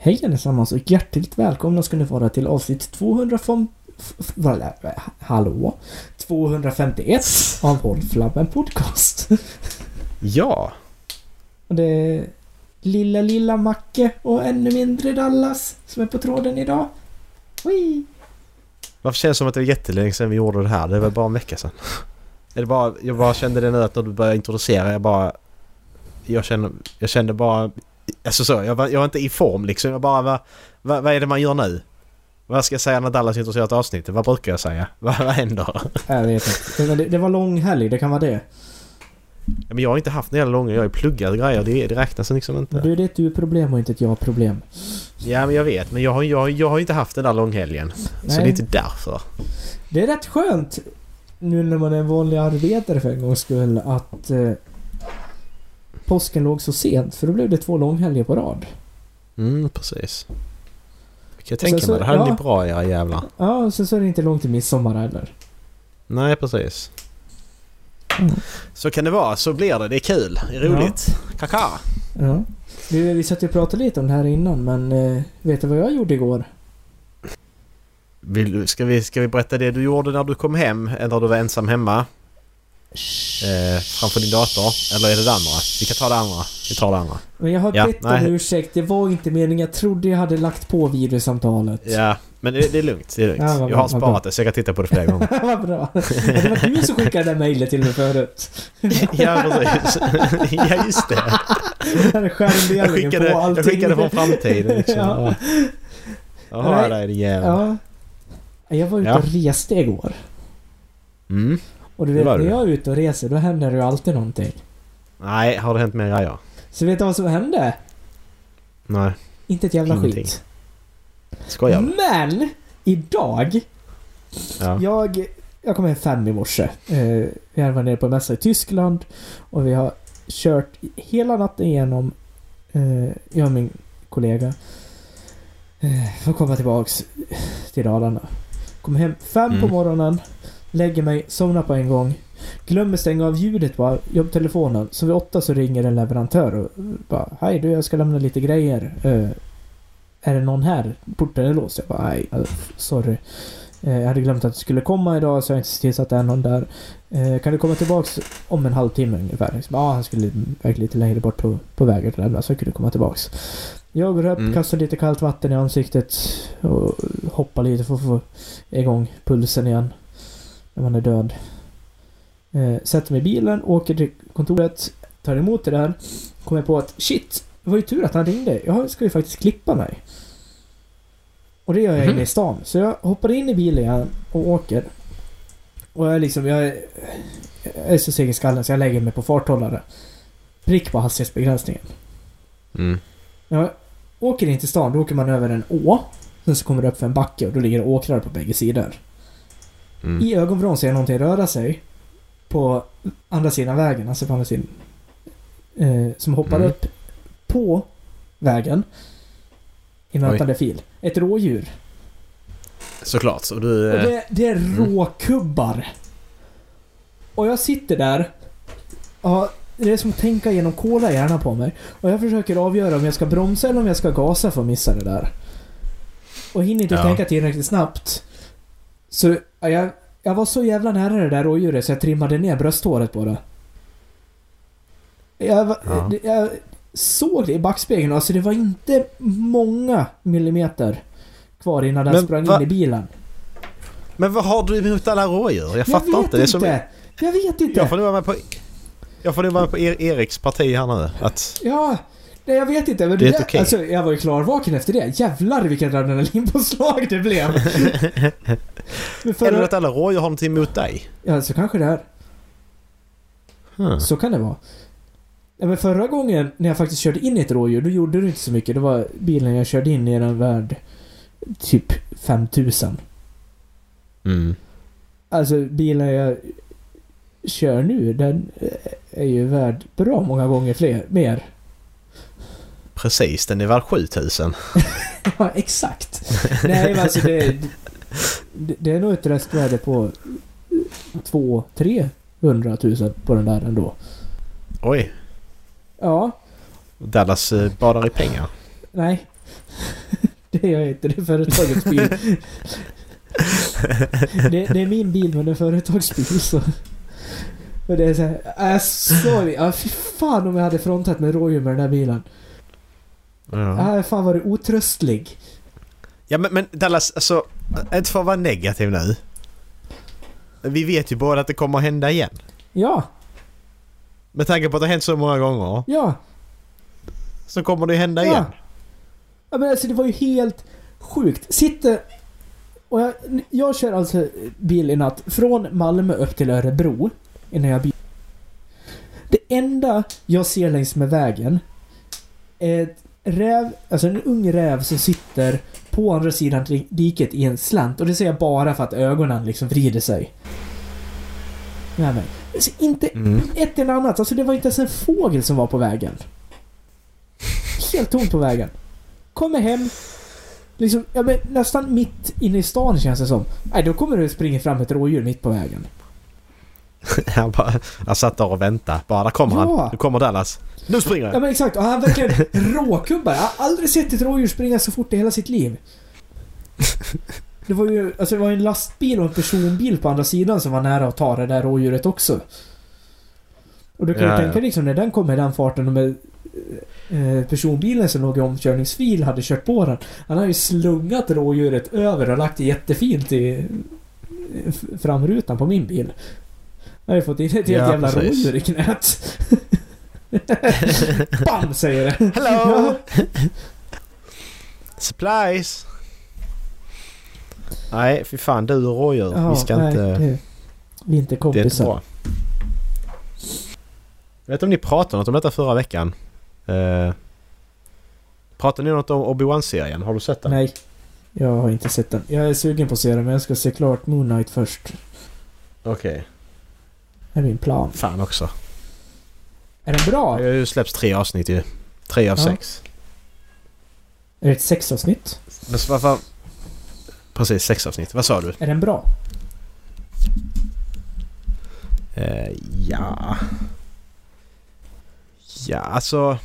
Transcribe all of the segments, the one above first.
Hej allesammans och hjärtligt välkomna ska ni vara till avsnitt 251 av Håll Flabben Podcast. Ja. Och det är lilla Macke och ännu mindre Dallas som är på tråden idag. Wee. Varför känns det som att det var jättelänge sedan vi gjorde det här? Det var bara en vecka sedan. Jag bara kände det nu att när du började introducera, jag kände bara alltså så, jag var inte i form liksom. Jag bara, vad är det man gör nu? Vad ska jag säga när Dallas introducerar ett avsnitt? Vad brukar jag säga? Vad händer? Jag vet inte. Det var lång helg, det kan vara det. Ja, men jag har inte haft en hela långa. Jag har ju pluggat grejer. Det räknas liksom inte. Du, det är du problem och inte ett jag problem. Ja, men jag vet. Men jag har inte haft den där långhelgen. Så det är inte därför. Det är rätt skönt nu när man är en vanlig arbetare för en gångs skull att påsken låg så sent. För då blev det 2 långhelger på rad. Precis. Jag tänker mig, det här är ni bra, era jävlar. Ja, så är det inte långt till midsommar heller. Nej, precis. Så kan det vara, så blir det. Det är kul, det är roligt. Kaka. Ja. Vi satt ju och pratade lite om det här innan, men vet du vad jag gjorde igår? Ska vi berätta det du gjorde när du kom hem, eller när du var ensam hemma? Framför din dator, eller är det andra? Vi kan ta det andra. Vi tar det andra. Men jag har bett om ursäkt, det var inte meningen. Jag trodde jag hade lagt på videosamtalet. Ja, men det är lungt. Det är lugnt. Ja, jag har sparat det så jag kan titta på det flera gånger. Vad bra. Det var du som skickade det där mejlet till mig förut. Ja, precis. Ja, just det. Jag skickade från framtiden liksom. Ja. Jaha, det är det jävla. Ja. Jag var ute och reste igår. Och du vet, när jag är ute och reser, då händer det ju alltid någonting. Nej, har det hänt mer grejer? Så vet du vad som hände? Nej. Inte ett jävla skit. Skojar. Men idag jag kom hem 5 i morse. Jag var nere på en mässa i Tyskland och vi har kört hela natten igenom, jag och min kollega för att komma tillbaks till Dalarna. Kom hem 5 på morgonen, lägger mig, somnar på en gång, glömmer stänga av ljudet på jobbtelefonen, så vid 8 så ringer en leverantör och bara, hej du, jag ska lämna lite grejer, är det någon här? Porten är låst. Jag bara, nej, sorry. Jag hade glömt att det skulle komma idag, så jag har inte tillsatt det är någon där. Kan du komma tillbaks om en halvtimme ungefär? Han skulle väga lite längre bort på vägen till lämna, så jag kunde komma tillbaks. Jag går upp, kastar lite kallt vatten i ansiktet och hoppar lite för att få igång pulsen igen när man är död. Sätter mig i bilen, åker till kontoret, tar emot det där, kommer på att shit, det var ju tur att han ringde. Jag ska ju faktiskt klippa mig. Och det gör jag inne i stan. Så jag hoppar in i bilen igen och åker. Och jag är så seg i skallen så jag lägger mig på farthållare. Prick på hastighetsbegränsningen. Jag åker in till stan, då åker man över en å. Sen så kommer det upp för en backe och då ligger det åkrar på bägge sidor. I ögonvrån ser jag någonting röra sig på andra sidan vägen, alltså på andra sidan, som hoppar upp på vägen i mötande fil. Ett rådjur. Såklart. Så du... Och det är råkubbar. Och jag sitter där. Ja, det är som att tänka genom kola hjärna på mig. Och jag försöker avgöra om jag ska bromsa eller om jag ska gasa för att missa det där. Och hinner inte tänka tillräckligt snabbt. Så jag var så jävla nära det där rådjuret så jag trimmade ner brösthåret på det. Jag såg det i backspegeln. Alltså det var inte många millimeter kvar innan den sprang in i bilen. Men vad har du emot alla rådjur? Jag fattar inte. Jag vet inte. Jag får nu vara på Eriks parti här nu. Nej, jag vet inte. Men det är okej. Alltså, jag var ju klarvaken efter det. Jävlar vilket adrenalinpåslag det blev. Eller att alla rådjur har någonting emot dig. Ja, så kanske det är. Så kan det vara. Ja, men förra gången när jag faktiskt körde in i ett rådjur, då gjorde det inte så mycket. Det var bilen jag körde in i den värd typ 5000. Alltså bilen jag kör nu, den är ju värd bra många gånger mer. Precis, den är värd 7000. Ja, exakt. Nej, men alltså det är nog ett restvärde på 200-300 000 på den där ändå. Oj. Ja. Dallas badar i pengar. Nej. Det är jag inte. Det är företagets bil. det är min bil, men det är företagsbil. Så. Och det är så här... sorry. Fy fan om jag hade frontat med rådjur med den här bilen. Ja. Fan var det otröstlig. Ja, men Dallas, alltså... Inte för att vara negativ nu. Vi vet ju båda att det kommer att hända igen. Ja. Med tanke på att det har hänt så många gånger. Ja. Så kommer det hända igen. Ja, men alltså det var ju helt sjukt. Sitter... Och jag kör alltså bil i natt från Malmö upp till Örebro innan jag bil. Det enda jag ser längs med vägen är ett räv, alltså en ung räv som sitter på andra sidan diket i en slant. Och det ser jag bara för att ögonen liksom vrider sig. Nej, men alltså inte ett eller annat. Alltså det var inte ens en fågel som var på vägen. Helt tomt på vägen. Kommer hem liksom, ja, men nästan mitt inne i stan känns det som. Nej, då kommer det springa fram ett rådjur mitt på vägen. Jag satt där och väntade. Bara, där kommer han. Nu kommer Dallas. Nu springer jag. Ja, men exakt. Och han verkligen råkubbar. Jag har aldrig sett ett rådjur springa så fort i hela sitt liv. Det var ju alltså det var en lastbil och en personbil på andra sidan som var nära att ta det där rådjuret också. Och du kan ju tänka liksom när den kom med den farten och med personbilen som låg i omkörningsfil hade kört på den. Han har ju slungat rådjuret över och lagt det jättefint i framrutan på min bil. Jag har ju fått in ett helt jävla rådjur i knät. Bam, säger det. Hello! Supplies! Nej, för fan, du och rådjur. Ja, vi ska inte... Vi är inte kompisar. Det är inte bra. Jag vet inte om ni pratade något om detta förra veckan. Pratade ni något om Obi-Wan-serien? Har du sett den? Nej, jag har inte sett den. Jag är sugen på att se den, men jag ska se klart Moon Knight först. Okej. Det är min plan. Fan också. Är den bra? Det har ju släppts 3 avsnitt ju. 3 av 6. Är det ett 6-avsnitt? Men varför... Precis, 6 avsnitt. Vad sa du? Är den bra? Ja. Ja, alltså...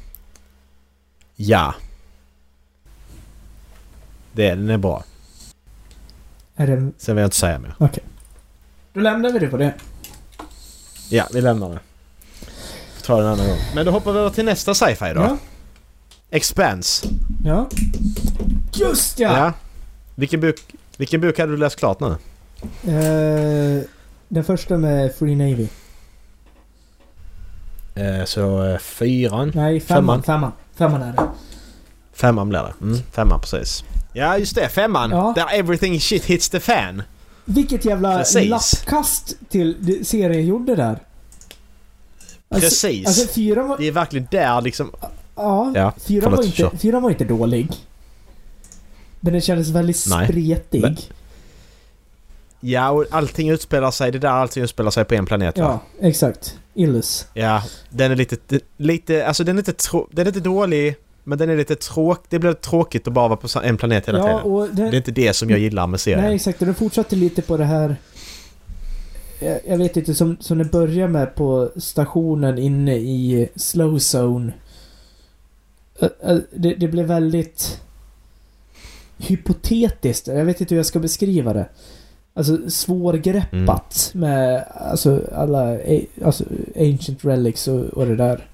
Ja. Den är bra. Är den... Sen vill jag inte säga mer. Okej. Då lämnar vi det på det. Ja, vi lämnar det. Ta den en annan gång. Men då hoppar vi över till nästa sci-fi då. Ja. Expanse. Ja. Just ja! Vilken bok hade du läst klart nu? Den första med Free Navy. Så 4. Nej, 5:an. 5:an är det. 5:an blir det. 5:an, precis. Ja, just det. 5:an. Ja. Där everything shit hits the fan. Vilket jävla precis. lappkast till serien gjorde där. Alltså, Precis. Alltså 4 var... Det är verkligen där liksom... Ja, 4 var inte dålig. Men den kändes väldigt spretig. Men... Ja, och allting utspelar sig på en planet. Ja, exakt. Illus. Ja, den är lite alltså den är inte dålig, men den är lite det blir tråkigt att bara vara på en planet hela tiden. Och det är inte det som jag gillar med serien. Nej, exakt. Och den fortsatte lite på det här. Jag vet inte, som det börjar med på stationen inne i Slow Zone. Det blev väldigt hypotetiskt. Jag vet inte hur jag ska beskriva det. Alltså svårgreppat med alltså alla ancient relics och det där.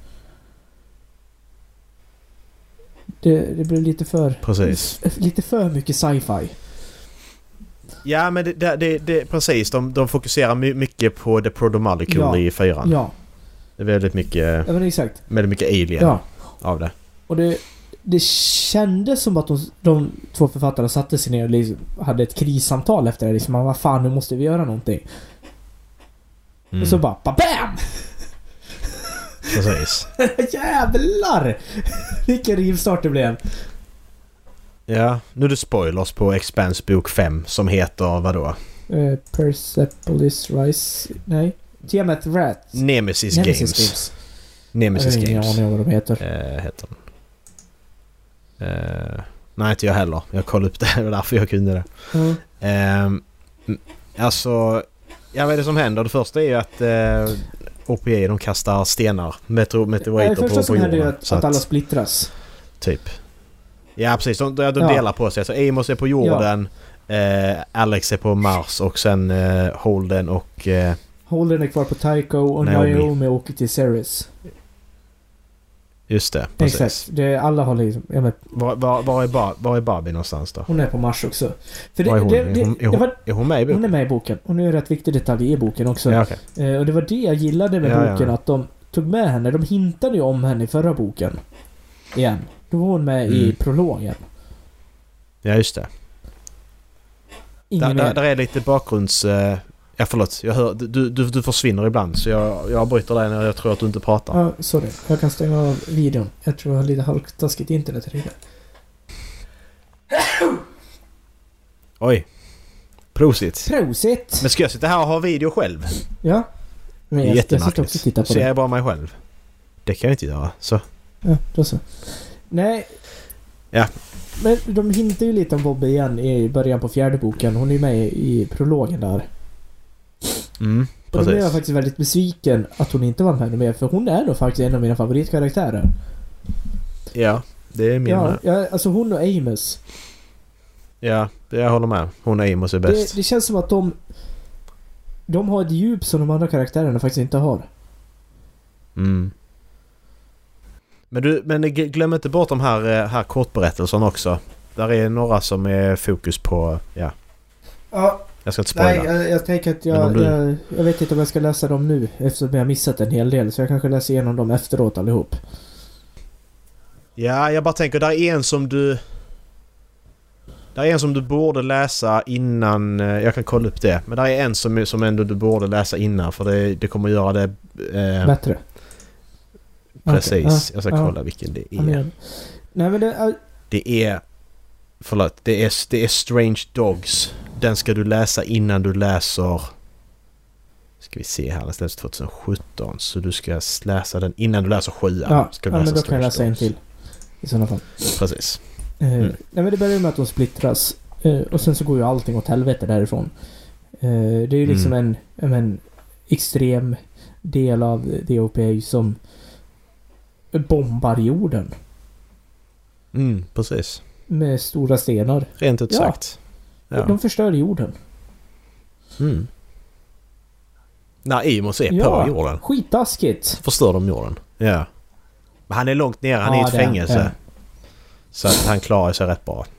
Det blev lite för mycket sci-fi. Ja, men det precis. De fokuserar mycket på the Proto-Molecule i 4. Ja. Det är väldigt mycket... Ja, men exakt. Väldigt mycket alien av det. Och det kändes som att de två författarna satte sig ner och liksom hade ett krissamtal efter det. Liksom, vad fan, nu måste vi göra någonting. Och så bara, BAM! Precis. Jävlar! Vilken rivstart det blev. Ja, nu är det spoilers på Expanse bok 5 som heter vadå? Persepolis Rise... Nej. Tiamat Rat. Nemesis Games. Nemesis Games. Jag vet inte vad de heter. Heter den. Nej, inte jag heller. Jag kollade upp det. Det var därför jag kunde det. Alltså, jag vet det som händer. Det första är ju att OPA, de kastar stenar. Meteoriter på jorden. Det första som händer är att alla splittras. Typ. Ja, precis. De delar på sig. Så Amos är på jorden, Alex är på Mars och sen Holden och... Holden är kvar på Tycho och Naomi åker till Ceres. Just det, precis. Exakt. Alla har liksom... Var är Barbie någonstans då? Hon är på Mars också. För är hon med i boken? Hon är med i boken. Och nu är det ett viktigt detalj i boken också. Ja, okay. Och det var det jag gillade med boken, att de tog med henne. De hintade ju om henne i förra boken. Igen. Då var hon med i prologen. Ja, just det. Där är lite bakgrunds... Ja, förlåt. Jag hör, du försvinner ibland, så jag avbryter dig när jag tror att du inte pratar. Ja, sorry. Jag kan stänga av videon. Jag tror jag har lite halvtaskigt internet i det. Oj. Prosit. Prosit! Men ska jag sitta här och ha video själv? Ja. Men jag sitter också och tittar på det. Ser jag bara mig själv? Det kan jag inte göra, så. Ja, då så. Nej. Ja. Men de hintar ju lite om Bobby igen i början på 4:e boken. Hon är med i prologen där. Och då blev jag faktiskt väldigt besviken att hon inte var med mer. För hon är nog faktiskt en av mina favoritkaraktärer. Ja, det är min. Ja, alltså hon och Amos. Ja, jag håller med. Hon och Amos är bäst. Det känns som att de har ett djup som de andra karaktärerna faktiskt inte har. Men glöm inte bort de här kortberättelserna också. Där är några som är fokus på... Ja. Jag ska inte spoila. Nej, jag tänker att jag vet inte om jag ska läsa dem nu, eftersom jag har missat en hel del. Så jag kanske läser igenom dem efteråt allihop. Ja, jag bara tänker, där är en som du borde läsa innan. Jag kan kolla upp det. Men där är en som ändå du borde läsa innan, för det kommer göra det bättre. Precis. Okay. Jag ska kolla vilken det är. Nej, men det är Strange Dogs. Den ska du läsa innan du läser... Ska vi se här, den släpps 2017. Så du ska läsa den innan du läser 7. Ja, men då kan jag läsa en till. I sådana fall. Precis. Nej, men det börjar med att de splittras. Och sen så går ju allting åt helvete därifrån. Det är ju liksom en extrem del av DOP som bombar jorden. Precis. Med stora stenar. Rent ut sagt. Ja. De förstör jorden. När Amos är på jorden. Skitaskigt. Förstör de jorden. Ja. Men han är långt ner. Han är i ett fängelse. Ja. Så att han klarar sig rätt bra.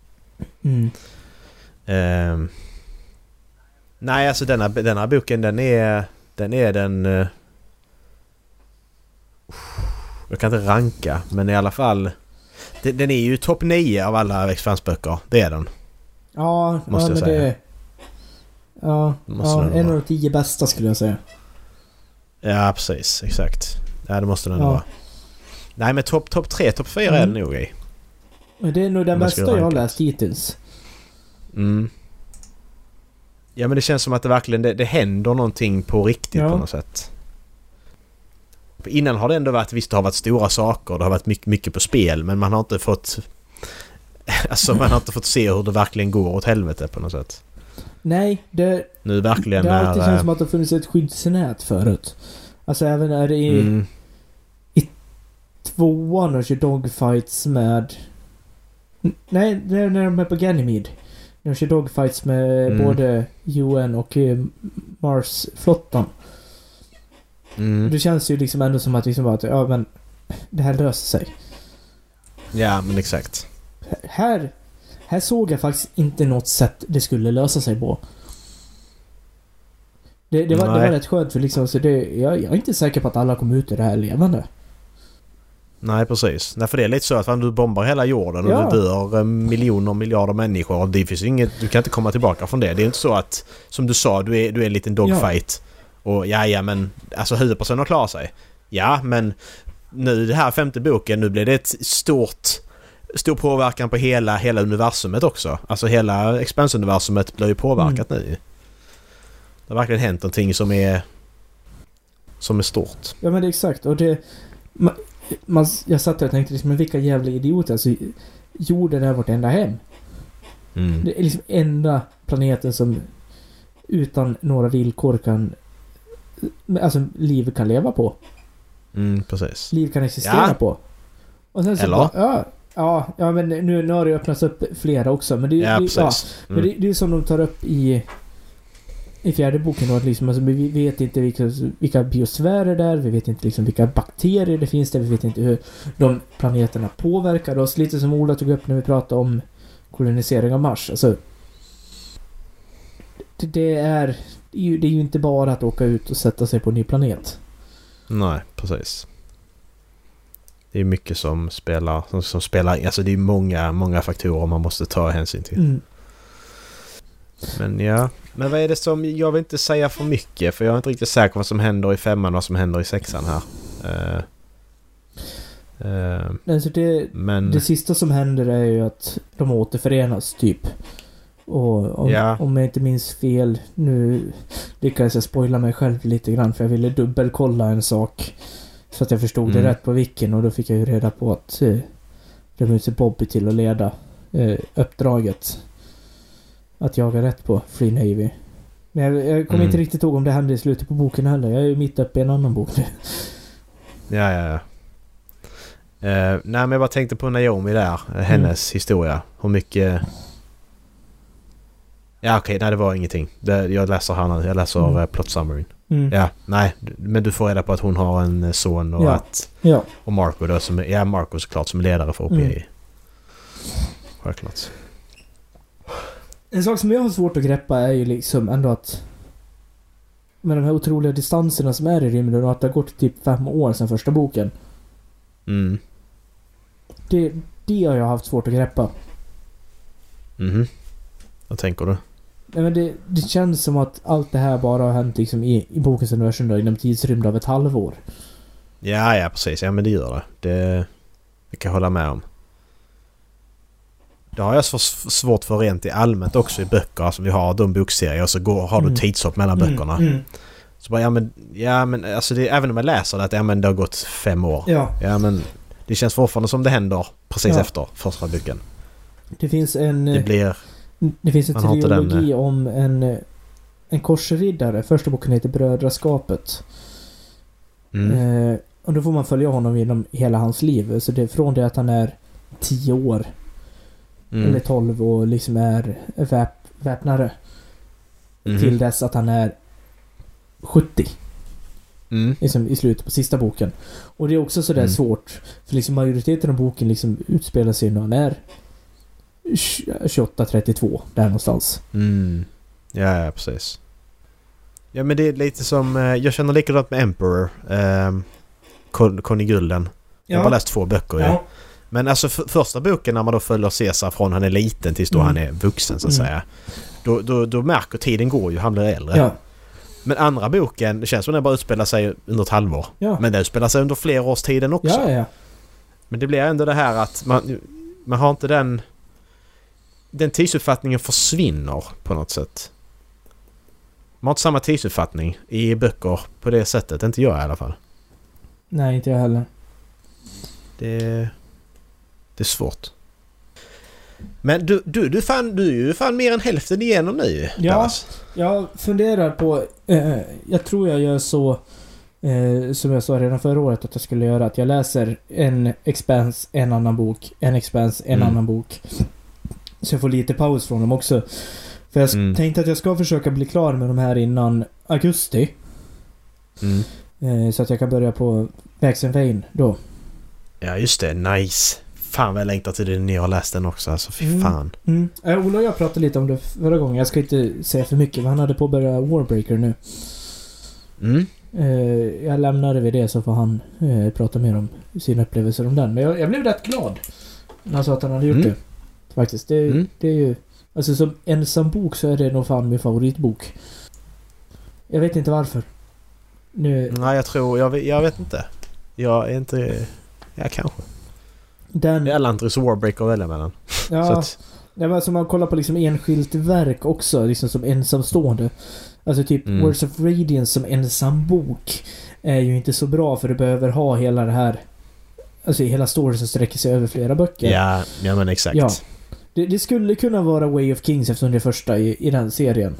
Nej, alltså denna boken, den är jag kan inte ranka, men i alla fall den är ju topp 9 av alla X-Fans-böcker. Det är den. Ja, måste jag säga. En av de 10 bästa skulle jag säga. Ja, precis. Exakt. Ja, det måste den vara. Nej, men topp 3, topp 4 är den nog i. Det är nog den bästa jag har läst hittills. Ja, men det känns som att det verkligen det händer någonting på riktigt på något sätt. För innan har det ändå varit, visst det har varit stora saker, det har varit mycket på spel, men man har inte fått se hur det verkligen går åt helvete på något sätt. Nej, nu verkligen det har alltid känts som att det har funnits ett skyddsnät förut. Alltså även när det är i 2:an och kör dogfights med... Nej, det är när de är på Ganymede. När de kör dogfights med både UN och Mars-flottan. Det känns ju liksom ändå som att men det här löser sig. Ja, men exakt. Här såg jag faktiskt inte något sätt det skulle lösa sig på. Det var rätt skönt för liksom, så jag är inte säker på att alla kommer ut i det här levande. Nej, precis. Nej, för det är lite så att du bombar hela jorden och det dör miljarder människor och det finns inget, du kan inte komma tillbaka från det. Det är inte så att, som du sa, du är en liten dogfight och men alltså huvudpersonen har klarat sig. Ja, men nu det här 5:e boken, nu blir det ett stor påverkan på hela universumet också. Alltså hela Expanse-universumet blir ju påverkat nu. Det har verkligen hänt någonting som är stort. Ja, men det är exakt. Och jag satt och tänkte liksom, men vilka jävla idioter. Alltså, jorden är vårt enda hem. Det är liksom enda planeten som utan några villkor liv kan leva på. Precis. Liv kan existera på. Och sen så Ja, men nu har det öppnats upp flera också. Men det, men det är som de tar upp i fjärde boken då, att liksom, alltså, vi vet inte vilka biosfärer där, vi vet inte liksom vilka bakterier det finns där, vi vet inte hur de planeterna påverkar oss. Lite som Ola tog upp när vi pratade om kolonisering av Mars. Alltså, det är ju inte bara att åka ut och sätta sig på en ny planet. Nej, precis. Det är mycket som spelar, alltså det är många faktorer man måste ta hänsyn till. Men vad är det som, jag vill inte säga för mycket, för jag är inte riktigt säker på vad som händer i 5:an och vad som händer i 6:an här. Alltså det sista som händer är ju att de återförenas typ. Och om jag inte minns fel, nu lyckades jag spoila mig själv lite grann, för jag ville dubbelkolla en sak så att jag förstod det rätt på vilken, och då fick jag ju reda på att de utsåg Bobby till att leda uppdraget att jaga rätt på Free Navy. Men jag kommer inte riktigt ihåg om det hände i slutet på boken heller. Jag är ju mitt uppe i en annan bok nu. Ja. Nej, men jag bara tänkte på Naomi där. Hennes historia. Hur mycket... Ja, okej. Nej, det var ingenting. Jag läser här nu. Jag läser plot summary. Ja, nej. Men du får reda på att hon har en son och och Marco då som... Ja, Marco såklart som ledare för OPI. Självklart. En sak som jag har svårt att greppa är ju liksom ändå att med de här otroliga distanserna som är i rymden och att det har gått typ 5 år sedan första boken. Det har jag haft svårt att greppa. Vad tänker du? Nej, men det känns som att allt det här bara har hänt liksom i bokens universum då, inom tidsrymd av ett halvår. Ja, precis. Ja, men det gör det. Det kan jag hålla med om. Det har jag så svårt för rent i allmänt också i böcker. Alltså vi har de bokserier och så har du tidshopp mellan böckerna. Så bara, men alltså det, även om jag läser det att det har gått 5 år. Ja, men det känns fortfarande som det händer precis efter första boken. Det finns det finns en trilogi om en korsriddare. Första boken heter Brödraskapet. Och då får man följa honom genom hela hans liv. Så det är från det att han är 10 år eller 12 och liksom är väpnare till dess att han är 70 liksom i slutet på sista boken. Och det är också sådär svårt, för liksom majoriteten av boken liksom utspelar sig när han är 28-32 där någonstans. Ja, precis. Ja, men det är lite som jag känner likadant med Emperor, Conny Gulden. Jag har bara läst 2 böcker. Men alltså första boken när man då följer Caesar från han är liten tills då han är vuxen så att säga. Då märker tiden går ju, han blir äldre. Men andra boken, det känns som den bara utspelar sig under ett halvår. Men den utspelar sig under flera års tiden också. Men det blir ändå det här att man har inte den tidsuppfattningen försvinner på något sätt. Man har inte samma tidsuppfattning i böcker på det sättet. Inte jag i alla fall. Nej, inte jag heller. Det är svårt. Men du är ju fan mer än hälften igenom nu. Ja, Dallas. jag funderar på... jag tror jag gör så... som jag sa redan förra året att jag skulle göra. Att jag läser en Expanse, en annan bok. En Expanse, en annan bok. Så jag får lite paus från dem också. För jag tänkte att jag ska försöka bli klar med de här innan augusti. Så att jag kan börja på Vax and Vein då. Ja, just det. Nice. Fan vad jag längtar till det ni har läst den också. Alltså, fy fan. Ola och jag pratade lite om det förra gången. Jag ska inte säga för mycket. Men han hade påbörjat Warbreaker nu. Jag lämnade vid det så får han prata mer om sina upplevelser om den. Men jag blev rätt glad när han sa att han hade gjort det. Faktiskt. Det är ju... Alltså som ensam bok så är det nog fan min favoritbok. Jag vet inte varför. Nej, jag vet inte. Jag är inte... Ja, kanske. Den... Elantris Warbreaker välja mellan. Ja, så att... men alltså man kollar på liksom enskilt verk också, liksom som ensamstående. Alltså typ Words of Radiance som ensam bok är ju inte så bra, för du behöver ha hela det här, alltså hela storyn som sträcker sig över flera böcker. Ja men exakt. Ja. Det skulle kunna vara Way of Kings eftersom det är första i den serien.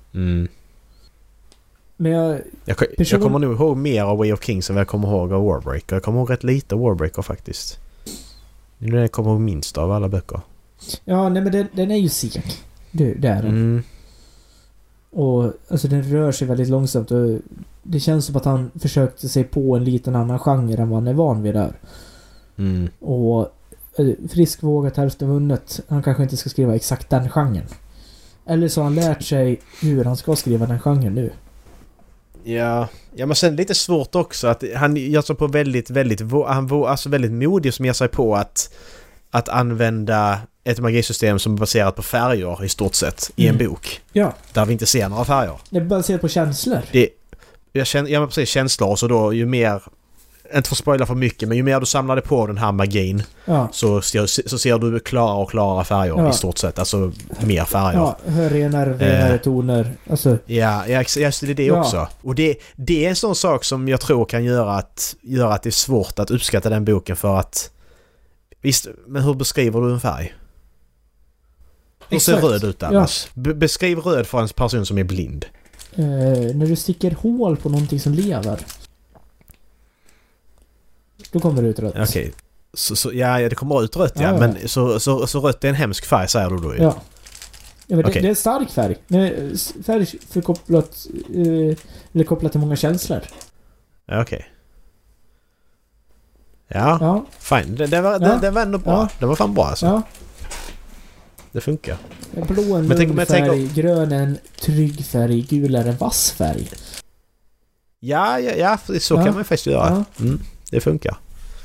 Men jag kommer nog ihåg mer av Way of Kings än vad jag kommer ihåg av Warbreaker. Jag kommer ihåg rätt lite av Warbreaker faktiskt. Den kommer minst av alla böcker. Ja, nej men den är ju seg. Det är den. Och alltså den rör sig väldigt långsamt och det känns som att han försökte sig på en liten annan genre än vad han är van vid där. Och frisk vågat hälften vunnet. Han kanske inte ska skriva exakt den genren. Eller så har han lärt sig hur han ska skriva den genren nu. Ja, men sen lite svårt också att han gör sig på väldigt modig som ger sig på att använda ett magisystem som är baserat på färger i stort sett i en bok. Ja. Där vi inte ser några färger. Det är baserat på känslor. Men precis, känslor. Så då ju mer, inte för att spoila för mycket, men ju mer du samlade på den här magin så ser du klara färger i stort sett. Alltså mer färger. Ja, renare toner. Alltså. Ja, just det också. Och det är en sån sak som jag tror kan göra att det är svårt att uppskatta den boken för att visst, men hur beskriver du en färg? Hur ser röd ut annars? Ja. Beskriv röd för en person som är blind. När du sticker hål på någonting som lever. Då kommer det ut rött. Okej. Så det kommer ut rött, men så rött är en hemsk färg, säger du då ju. Ja. Men det är en stark färg. Färg kopplat till många känslor. Okej. Ja. Fine. Det var ändå bra. Ja. Det var fan bra alltså. Ja. Det funkar. Blå en lugn färg, grön en trygg färg, gul är en vass färg. Ja, så kan man ju faktiskt göra. Ja. Det funkar.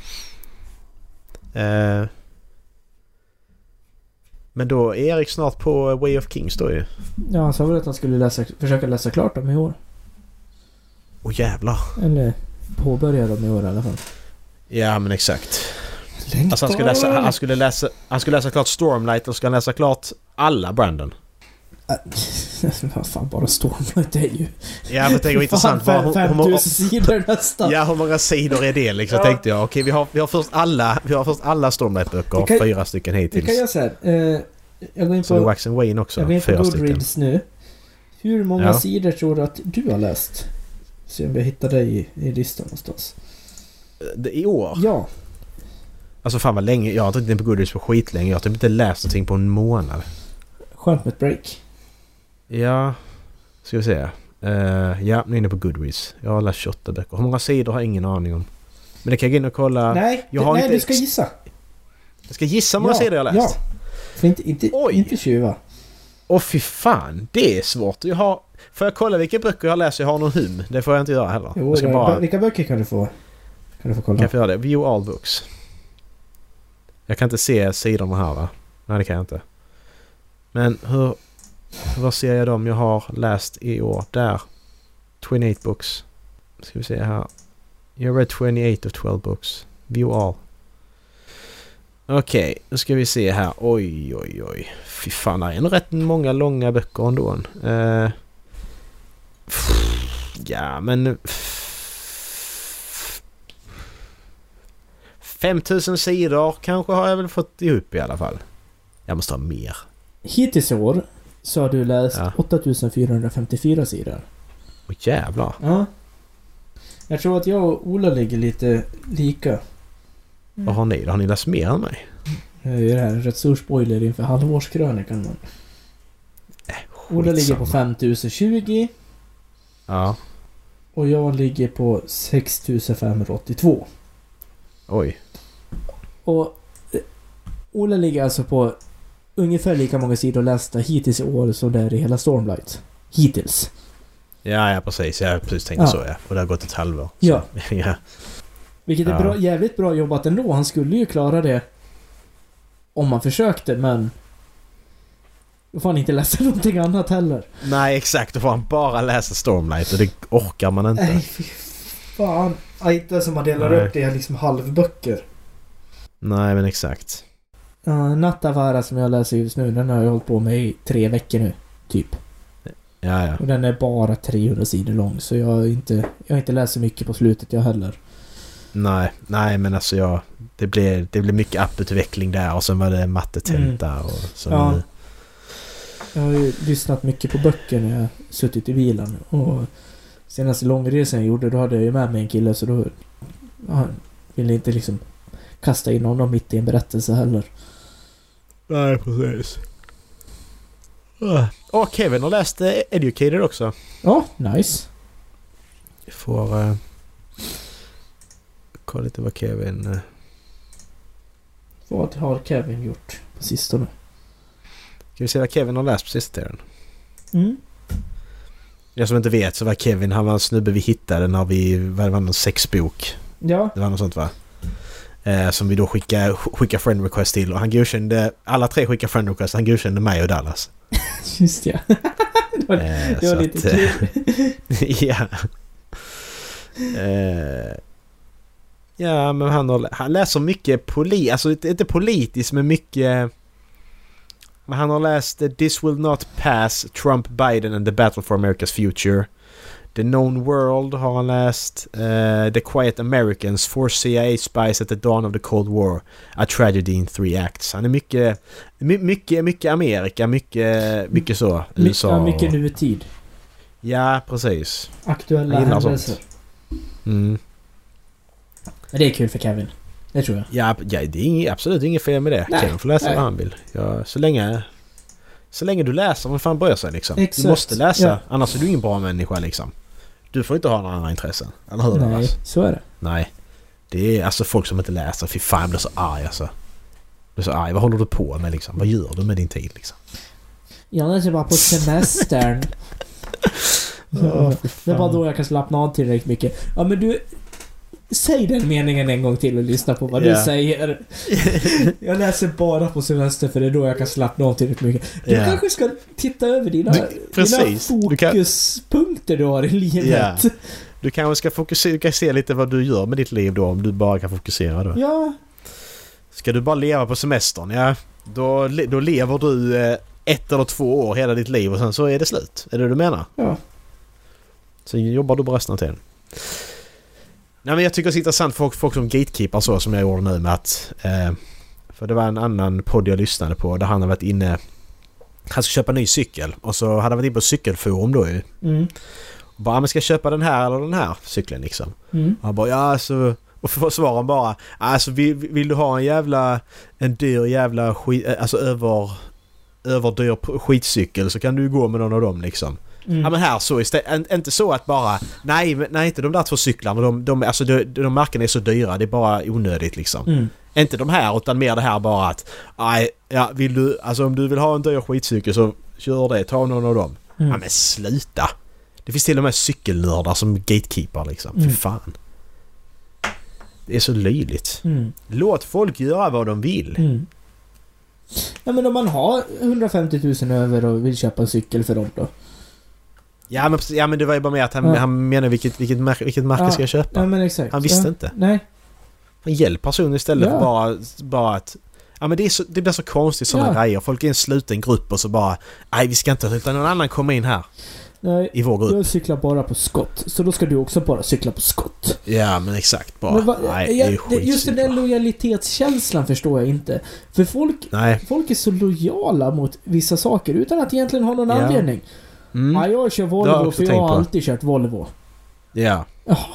Men då är Erik snart på Way of Kings då ju. Ja, han sa väl att han skulle försöka läsa klart dem i år. Jävlar. Eller påbörja dem i år i alla fall. Ja, men exakt. Alltså han skulle läsa klart Stormlight och ska läsa klart alla Brandon. Vad fan, bara Stormlight är ju... Ja, men det är intressant. 5000 sidor nästan. Ja, hur många sidor är det liksom, tänkte jag. Okej, vi har först alla Stormlight-böcker, 4 stycken hittills. Det kan jag säga. Jag går in på Wax and Wayne också, 4 stycken. Jag går in på Goodreads nu. Hur många sidor tror du att du har läst? Se om jag hittar dig i listan någonstans. I år? Ja. Alltså fan vad länge. Jag har inte tittat på Goodreads på skitlänge. Jag har typ inte läst någonting på en månad. Skönt med ett break. Ja, ska vi se. Nu är jag inne på Goodreads. Jag har läst 28 böcker. Hur många sidor har jag ingen aning om. Men det kan jag gå in och kolla. Nej, du ska gissa. Jag ska gissa hur många sidor jag har läst? Ja, för inte 20. Fy fan, det är svårt. Får jag kolla vilka böcker jag har läst? Jag har någon hum. Det får jag inte göra heller. Jo, vilka böcker kan du få? Kan du få kolla? Kan jag få göra det? View all books. Jag kan inte se sidorna här, va? Nej, det kan jag inte. Men vad ser jag dem jag har läst i år? Där. 28 books. Ska vi se här. Jag read 28 of 12 books. View all. Okej, nu ska vi se här. Oj. Fy fan, det är en rätt många långa böcker ändå. Ja, men... 5000 sidor kanske har jag väl fått ihop i alla fall. Jag måste ha mer. Hittills i år så har du läst 8454 sidor. Jävlar. Ja. Jag tror att jag och Ola ligger lite lika. Vad har ni då? Har ni läst mer än mig? Jag gör det här rätt stor spoiler inför halvårskrönikan. Ola ligger på 5020. Ja. Och jag ligger på 6582. Oj. Och Ola ligger alltså på ungefär lika många sidor lästa hittills i år som det är i hela Stormlight. Hittills. Ja, precis. Jag precis tänkte så, ja. Och det har gått ett halvår. Ja. Så, ja. Vilket är jävligt bra jobbat ändå. Han skulle ju klara det om man försökte, men då får han inte läsa någonting annat heller. Nej, exakt. Då får han bara läsa Stormlight och det orkar man inte. Nej, fy fan. Inte som man delar upp det liksom halvböcker. Nej, men exakt. Nattavara som jag läser just nu, den har jag hållit på med i 3 veckor nu, typ. Ja. Och den är bara 300 sidor lång, så jag har inte läst så mycket på slutet jag heller. Nej, men alltså det blev mycket apputveckling där och sen var det mattetenta och så. Ja. Jag har ju lyssnat mycket på böcker när jag suttit i bilen, och senaste långresan jag gjorde, då hade jag ju med mig en kille, så då ville inte liksom kasta in honom mitt i en berättelse heller. Nej, precis. Kevin har läst Educated också. Ja, nice. Vi får kolla lite vad Kevin... Vad har Kevin gjort på sistone? Ska vi se vad Kevin har läst på sista tiden? Mm. Jag som inte vet så var Kevin, han var en snubbe vi hittade när vi var någon sexbok. Ja. Det var något sånt va? Som vi då skickade friend request till och han godkände, alla 3 skickade friend request, han godkände mig och Dallas. Just ja. det var lite kul. Ja. Ja, men han läser mycket alltså inte politiskt men mycket, men han har läst This Will Not Pass, Trump, Biden and the Battle for America's Future. The Known World har han läst. The Quiet Americans, 4 CIA Spies at the Dawn of the Cold War, A Tragedy in 3 Acts. Han är mycket Amerika, mycket så. USA. Ja, mycket nutid. Ja, precis. Aktuella händelser. Mm. Men det är kul för Kevin. Det tror jag. Ja, det är absolut inget fel med det. Nej, Kevin får läsa vad han vill. Ja, så länge du läser, man fan börjar sig liksom. Exakt. Du måste läsa, annars är du ingen bra människa liksom. Du får inte ha några andra intressen. Eller hur? Nej, så är det. Nej. Det är alltså folk som inte läser. Fy fan, jag blir så arg alltså. Jag blir så arg. Vad håller du på med liksom? Vad gör du med din tid liksom? Jag läser bara på semestern. Det var då jag kan slappna av tillräckligt mycket. Ja, men du... Säg den meningen en gång till och lyssna på vad du säger. Jag läser bara på semester för det är då jag kan slappna av tillräckligt mycket. Du kanske ska titta över dina fokuspunkter du har i livet. Du kanske ska fokusera, du kan se lite vad du gör med ditt liv då, om du bara kan fokusera då. Ja. Ska du bara leva på semestern, ja, då lever du 1 eller 2 år hela ditt liv och sen så är det slut. Är det du menar? Ja. Så jobbar du på resten av tiden. Nej, men jag tycker det är intressant folk som gatekeeper så som jag gjorde nu med att för det var en annan podd jag lyssnade på där han har varit inne, han ska köpa en ny cykel och så hade han varit inne på cykelforum då ju. Mm. Och bara, men ska jag köpa den här eller den här cykeln liksom? Mm. Och han bara, ja alltså, och försvaren bara, alltså vill du ha en dyr jävla skit, alltså överdyr skitcykel så kan du gå med någon av dem liksom. Mm. Ja, men här så istället, inte så att bara nej inte de där 2 cyklarna, de märkena är så dyra, det är bara onödigt liksom. Mm. Inte de här utan mer det här bara att vill du, alltså om du vill ha en dyr skitcykel så gör det, ta någon av dem. Mm. Ja, men sluta. Det finns till och med cykelnördar som gatekeeper liksom. Fy fan. Det är så löjligt. Mm. Låt folk göra vad de vill. Mm. Ja, men om man har 150 000 över och vill köpa en cykel för dem då? Ja, men det var ju bara med att han menar vilket märke ska jag köpa. Ja, men exakt. Han visste inte. Nej. Han hjälper personen istället för bara att... Ja, men det blir så konstigt sådana grejer. Folk är en sluten grupp och så bara... Nej, vi ska inte utan någon annan kommer in här. Nej, i vår grupp. Jag cyklar bara på skott. Så då ska du också bara cykla på skott. Ja, men exakt. Bara. Just den där lojalitetskänslan förstår jag inte. För folk är så lojala mot vissa saker utan att egentligen ha någon anledning. Mm. Jag kör Volvo för jag har alltid kört Volvo. Ja.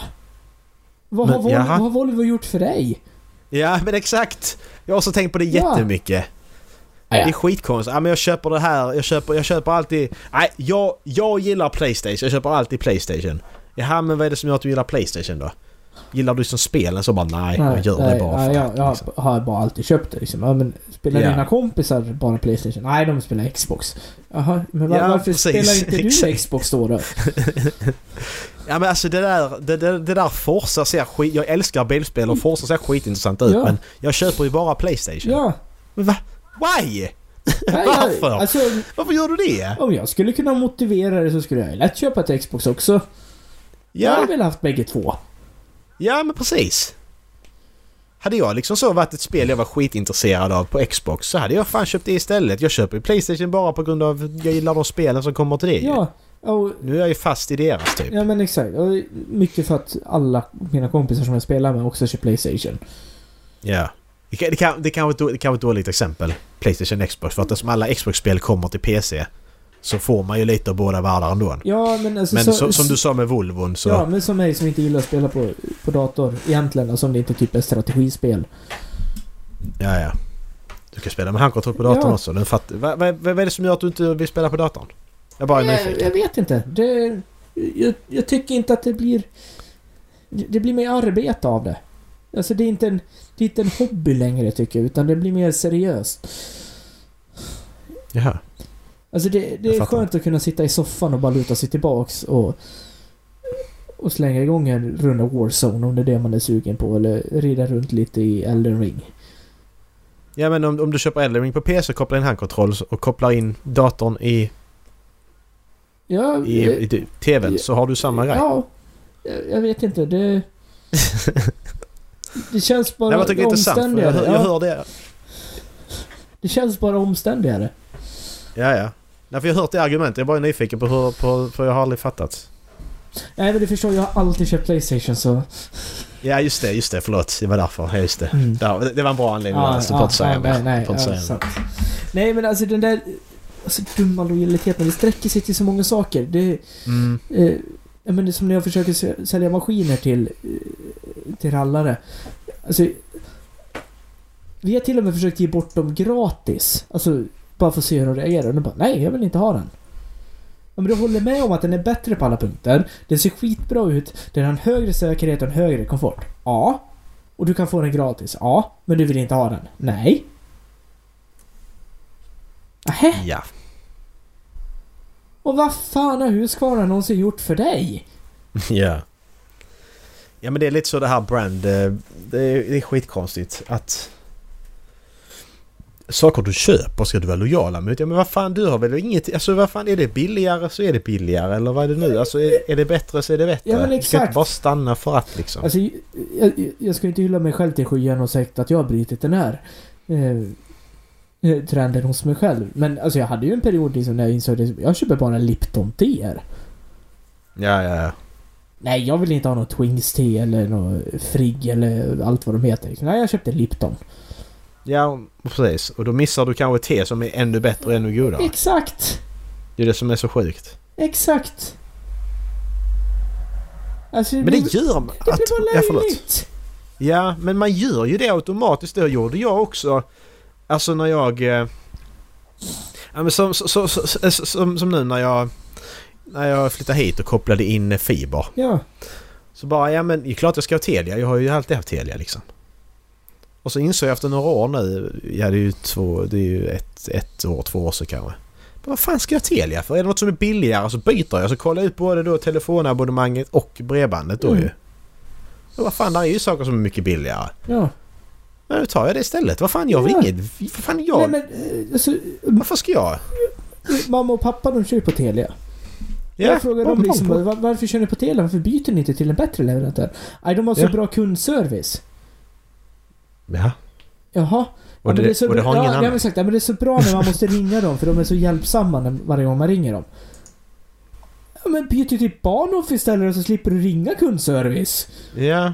Vad har Volvo gjort för dig? Ja, men exakt. Jag har också tänkt på det jättemycket. Det är skitkonstigt. Ja, men jag köper det här. Jag köper alltid... Nej, jag gillar PlayStation. Jag köper alltid PlayStation. Jaha, men vad är det som gör att du gillar PlayStation då? Gillar du som spelen så bara nej jag gör det bara för jag har bara alltid köpt det liksom. Ja, men spelar dina kompisar bara PlayStation? Nej, de spelar Xbox. Jaha, men varför spelar inte du Xbox då? Ja, men alltså det där Forza ser skit... Jag älskar bilspel och Forza ser skitintressant ut, men jag köper ju bara PlayStation. Ja. Men why? Varför? Alltså, varför gör du det? Om jag skulle kunna motivera det så skulle jag lätt köpa ett Xbox också. Ja. Jag hade väl haft bägge två. Ja, men precis. Hade jag liksom så varit ett spel jag var skitintresserad av på Xbox så hade jag fan köpt det istället. Jag köper PlayStation bara på grund av att jag gillar de spelen som kommer till det. Ja. Och, nu är jag ju fast i deras typ. Ja, men exakt. Och mycket för att alla mina kompisar som jag spelar med också kör PlayStation. Ja. Det kan vara ett dåligt exempel. PlayStation, Xbox. För att eftersom alla Xbox-spel kommer till PC så får man ju lite av båda världar ändå. Ja, men alltså, som du sa med Volvon så... Ja, men som mig som inte gillar att spela på dator egentligen, alltså om det inte typ är strategispel. Ja. Du kan spela med handkontroll på datorn också. Vad är det som gör att du inte vill spela på datorn? Jag bara är nyfiken. Jag vet inte. Jag tycker inte att det blir mer arbete av det. Alltså det är inte en hobby längre tycker jag, utan det blir mer seriöst. Jaha. Alltså det är skönt att kunna sitta i soffan och bara luta sig tillbaks och slänga igång en runda Warzone om det är det man är sugen på, eller rida runt lite i Elden Ring. Ja, men om du köper Elden Ring på PC, kopplar in handkontroll och kopplar in datorn i tvn, så har du samma grej. Ja, jag vet inte. Det känns bara omständigare. Jag hör det. Det känns bara omständigare. Ja. Nej, för jag har hört det argumentet. Jag är bara nyfiken på för jag har aldrig fattat. Nej, men du förstår, jag har alltid köpt PlayStation så... Ja, just det. Förlåt. Det var därför. Ja, just det. Det var en bra anledning. Nej, men alltså den där... Alltså dumma lojaliteten, det sträcker sig till så många saker. Det men det är som när jag försöker sälja maskiner till rallare. Alltså vi har till och med försökt ge bort dem gratis. Alltså bara för att se hur de reagerar. Och de bara, nej, jag vill inte ha den. Ja, men du håller med om att den är bättre på alla punkter. Den ser skitbra ut. Den har en högre säkerhet och en högre komfort. Ja. Och du kan få den gratis. Ja. Men du vill inte ha den. Nej. Nähä. Ja. Och vad fan har Husqvarna någonsin gjort för dig? Ja. Ja, men det är lite så det här brand. Det är skitkonstigt att saker du köper ska du vara lojala mot. Ja, men vad fan, du har väl inget... Alltså vad fan, är det billigare så är det billigare. Eller vad är det nu? Alltså är det bättre så är det bättre. Ja, men exakt. Du ska inte bara stanna för att liksom. Alltså jag ska inte hylla mig själv till skyan och sagt att jag har brutit den här trenden hos mig själv. Men alltså jag hade ju en period liksom när jag insåg att jag köper bara Lipton te. Ja. Nej, jag vill inte ha något Twings te eller något Frigg eller allt vad de heter. Nej, jag köpte Lipton. Ja, precis. Och då missar du kanske te som är ännu bättre och ännu godare. Exakt. Det är det som är så sjukt. Exakt. Alltså, men det gör man. Det blir bara löjligt. Ja, men man gör ju det automatiskt. Det gjorde jag också. Alltså när jag... Ja, men som nu när jag flyttade hit och kopplade in fiber. Ja. Så bara, ja men det är klart jag ska ha Telia. Jag har ju alltid haft Telia liksom. Och så insåg jag efter några år nu, ja det är ju ett år, 2 år så kanske. Men vad fan ska jag ha Telia för? Är det något som är billigare så byter jag. Så kollar jag ut både då telefonabonnemanget och bredbandet då ju. Och vad fan, det är ju saker som är mycket billigare. Ja. Men nu tar jag det istället. Vad fan, jag vill inget. Vad fan jag... Nej, men, alltså, varför ska jag? Mamma och pappa, de kör på Telia. Ja, jag frågar dem liksom, varför kör ni på Telia? Varför byter ni inte till en bättre leverantör? Nej, de har så bra kundservice. Ja. Jaha. Och det har ingen annan. Ja, men det är så bra när man måste ringa dem, för de är så hjälpsamma varje gång man ringer dem. Ja, men byt till Bahnhof istället så slipper du ringa kundservice. Ja.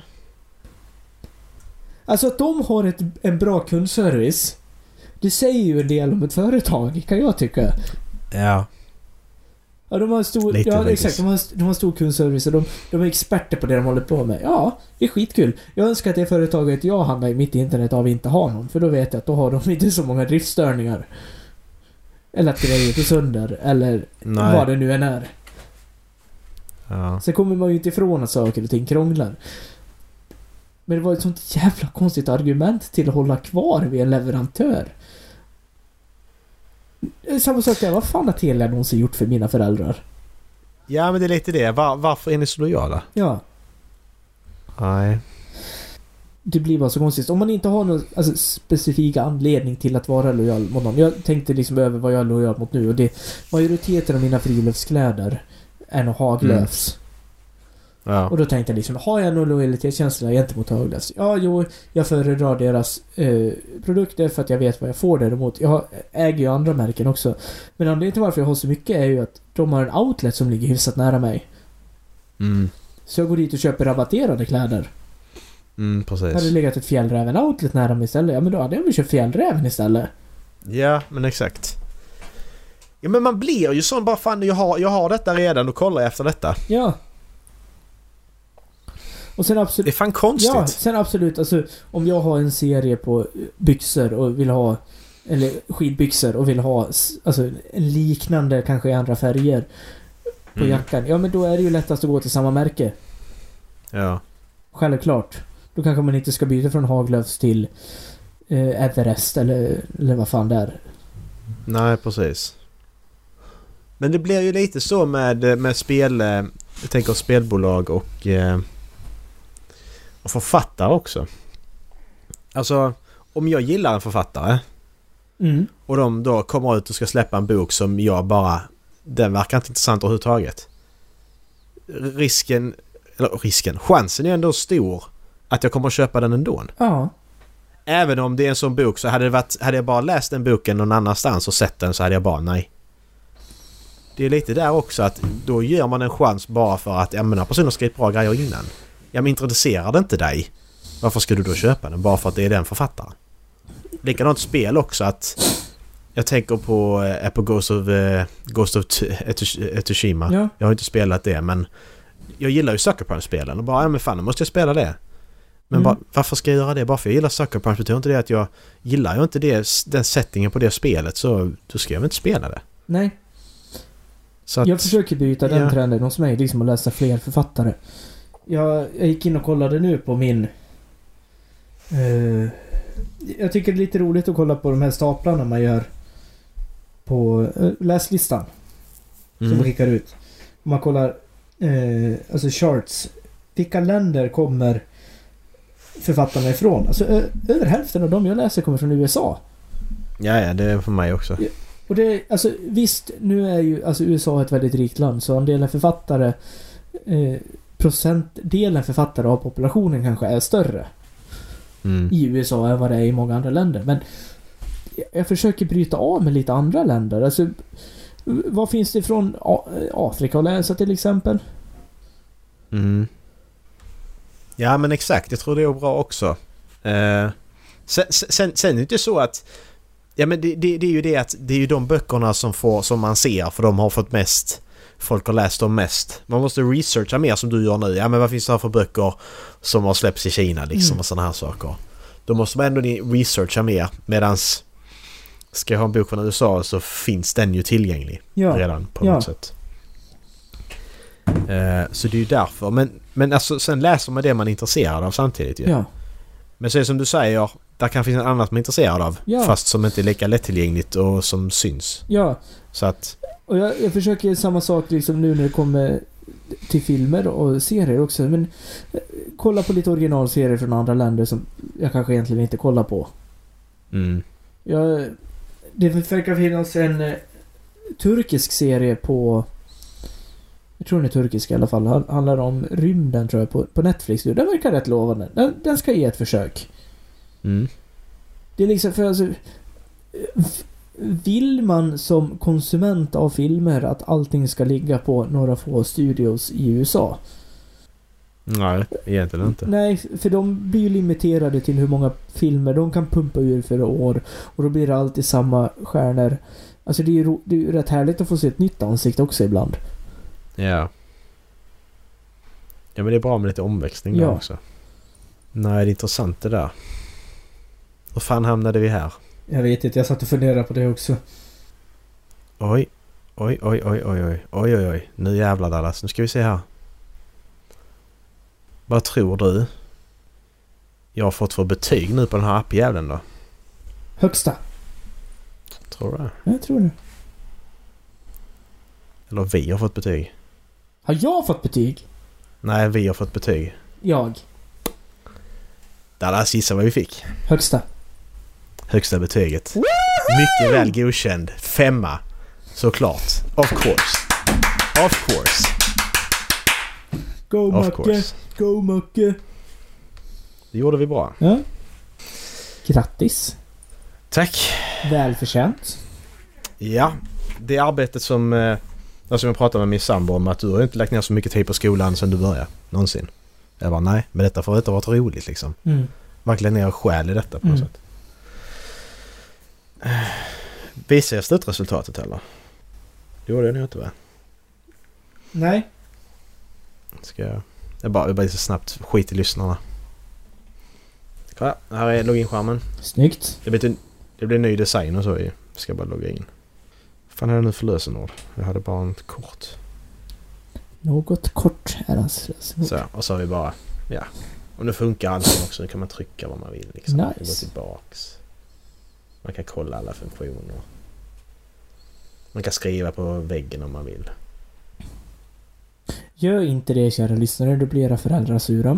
Alltså att de har en bra kundservice, det säger ju en del om ett företag, kan jag tycka. Ja. Ja, de har stor, exakt, de har stor kundservice och de är experter på det de håller på med. Ja, det är skitkul. Jag önskar att det företaget jag handlar i mitt internet av inte har någon, för då vet jag att då har de inte så många driftstörningar. Eller att grejer går sönder, eller vad det nu än är. Ja. Sen kommer man ju inte ifrån att saker och ting krånglar. Men det var ett sånt jävla konstigt argument till att hålla kvar vid en leverantör. Samma sak där, vad fan har Telia någonsin gjort för mina föräldrar? Ja, men det är lite det. Varför är ni så lojala? Ja. Nej. Det blir bara så konstigt. Om man inte har någon specifik anledning till att vara lojal mot någon. Jag tänkte liksom över vad jag är lojal mot nu. Och det majoriteten av mina friluftskläder är nog Haglöfs. Ja. Och då tänkte jag liksom, har jag någon lojalitetskänsla gentemot Haglöfs? Ja, jo, jag föredrar deras produkter för att jag vet vad jag får däremot. Jag äger ju andra märken också. Men anledningen till varför jag har så mycket är ju att de har en outlet som ligger hyfsat nära mig. Mm. Så jag går dit och köper rabatterade kläder. Precis. Hade det legat ett Fjällräven outlet nära mig istället, ja men då hade jag väl köpt Fjällräven istället. Ja, men exakt. Ja, men man blir ju sån bara, fan jag har detta redan och kollar efter detta. Ja. Och sen Det är absolut... fan konstigt. Ja, sen absolut. Alltså, om jag har en serie på byxor och vill ha... Eller skidbyxor och vill ha alltså, en liknande, kanske i andra färger på jackan. Ja, men då är det ju lättast att gå till samma märke. Ja. Självklart. Då kanske man inte ska byta från Haglöfs till Everest eller vad fan det är. Nej, precis. Men det blir ju lite så med spel... Jag tänker spelbolag och författare också. Alltså, om jag gillar en författare och de då kommer ut och ska släppa en bok som jag bara... Den verkar inte intressant överhuvudtaget. Chansen är ändå stor att jag kommer att köpa den ändå. Ja. Även om det är en sån bok så hade jag bara läst den boken någon annanstans och sett den så hade jag bara nej. Det är lite där också att då ger man en chans bara för att jag menar, personen har skrivit bra grejer innan. Jag intresserar det inte dig. Varför ska du då köpa den? Bara för att det är den författaren. Likadant spel också att jag tänker på Ghost of Tsushima. Ja. Jag har inte spelat det men jag gillar ju Sucker Punch-spelen och bara, men fan, nu måste jag spela det. Men bara, varför ska jag göra det? Bara för jag gillar Sucker Punch betyder inte det att jag gillar ju inte den settingen på det spelet så då ska jag väl inte spela det. Nej. Så att, jag försöker byta den trenden hos mig, liksom att läsa fler författare. Jag gick in och kollade nu på min... jag tycker det är lite roligt att kolla på de här staplarna man gör på läslistan. Som skickar ut. Om man kollar alltså charts. Vilka länder kommer författarna ifrån? Alltså över hälften av dem jag läser kommer från USA. Ja, det är för mig också. Ja. Och det, alltså visst, nu är ju alltså USA ett väldigt rikt land så andelen författare procentdelen författare av populationen kanske är större i USA än vad det är i många andra länder. Men jag försöker bryta av med lite andra länder. Alltså, vad finns det från Afrika att läsa till exempel? Ja, men exakt. Jag tror det är bra också. Sen är det inte så att ja, men det är ju det att det är ju de böckerna som man ser för de har fått mest. Folk har läst dem mest. Man måste researcha mer som du gör nu. Ja, men vad finns det här för böcker som har släppts i Kina liksom och sådana här saker. Då måste man ändå researcha mer medans ska jag ha en bok från USA så finns den ju tillgänglig redan på något sätt. Så det är ju därför. Men alltså, sen läser man det man är intresserad av samtidigt ju. Ja. Men så som du säger, där kan finnas något annat man är intresserad av. Ja. Fast som inte är lika lättillgängligt och som syns. Ja. Så att... Och jag försöker samma sak liksom nu när det kommer till filmer och serier också. Men kolla på lite originalserier från andra länder som jag kanske egentligen inte kollar på. Det verkar finnas en turkisk serie på... Jag tror den är turkisk i alla fall. Handlar om rymden tror jag på Netflix. Den verkar rätt lovande. Den ska ge ett försök. Det är liksom för alltså... Vill man som konsument av filmer att allting ska ligga på några få studios i USA? Nej, egentligen inte. Nej, för de blir ju limiterade till hur många filmer de kan pumpa ur för år. Och då blir det alltid samma stjärnor. Alltså det är ju rätt härligt att få se ett nytt ansikte också ibland. Ja. Ja, men det är bra med lite omväxling där också. Nej, det är intressant det där. Hur fan hamnade vi här? Jag vet inte, jag satt och funderade på det också. Oj. Nu jävlar Dallas, nu ska vi se här. Vad tror du jag har fått för betyg nu på den här appjävlen då? Högsta. Tror du det? Jag tror det. Eller vi har fått betyg. Har jag fått betyg? Nej, vi har fått betyg. Jag. Dallas, gissa vad vi fick. Högsta betyget. Woo! Mycket väl godkänd. 5. Såklart. Of course. Go Macke. Det gjorde vi bra. Ja. Grattis. Tack. Välförtjänt. Ja. Det arbetet som jag pratade med min sambo om att du har inte lagt ner så mycket tid på skolan sedan du började. Någonsin. Jag bara nej. Men detta får inte vara roligt liksom. Verkligen ner och själ i detta på något sätt. Visar jag slutresultatet eller? Det gjorde jag nog inte va? Nej. Det är bara så snabbt skit i lyssnarna. Kolla, här är login-skärmen. Snyggt. Det blir ny design och så. Jag ska bara logga in. Vad fan är det nu för lösenord? Jag hade bara ett kort. Något kort är hans lösenord. Så, och så har vi bara... Ja. Och nu funkar allting också. Nu kan man trycka vad man vill. Liksom. Nice. Man kan gå tillbaks. Man kan kolla alla funktioner. Man kan skriva på väggen om man vill. Gör inte det, kära lyssnare. Då blir era föräldrar sura.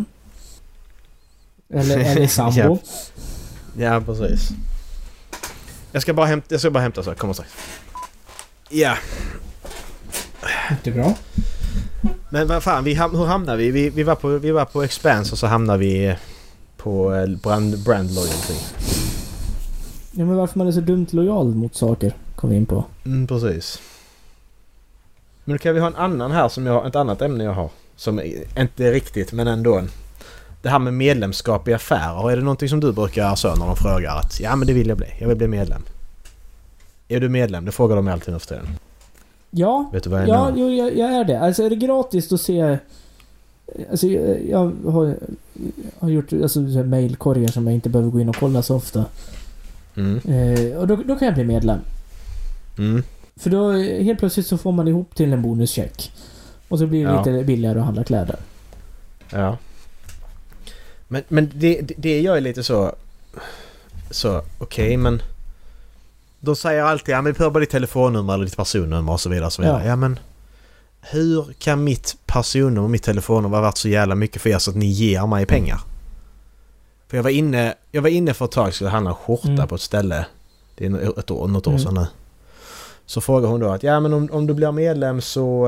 Eller sambo. Ja, precis. Jag ska bara hämta så. Kommer strax. Ja. Det är bra. Men vad fan, hur hamnar vi? Vi var på Expanse och så hamnar vi på brand loyalty. Ja, men varför man är så dumt lojal mot saker kom vi in på. Precis. Men då kan vi ha en annan här som ett annat ämne jag har. Som inte är riktigt, men ändå. Det här med medlemskap i affärer. Är det någonting som du brukar göra så när de frågar att ja, men det vill jag bli. Jag vill bli medlem. Är du medlem? Det frågar de alltid efter den. Ja, vet du vad jag jag är det. Alltså är det gratis att se... Alltså jag har gjort mailkorgar som jag inte behöver gå in och kolla så ofta. Och då kan jag bli medlem. För då helt plötsligt så får man ihop till en bonuscheck. Och så blir det lite billigare att handla kläder. Ja. Men det gör ju lite så okej, men då säger jag alltid, ja men vi behöver bara ditt telefonnummer eller ditt personnummer och så vidare. Så vidare. Ja, men hur kan mitt personnummer och mitt telefonnummer vara värt så jävla mycket för er så att ni ger mig pengar? För jag var inne för ett tag så handla skjorta på ett ställe. Det är något år sedan nu. Så frågar hon då att ja men om du blir medlem så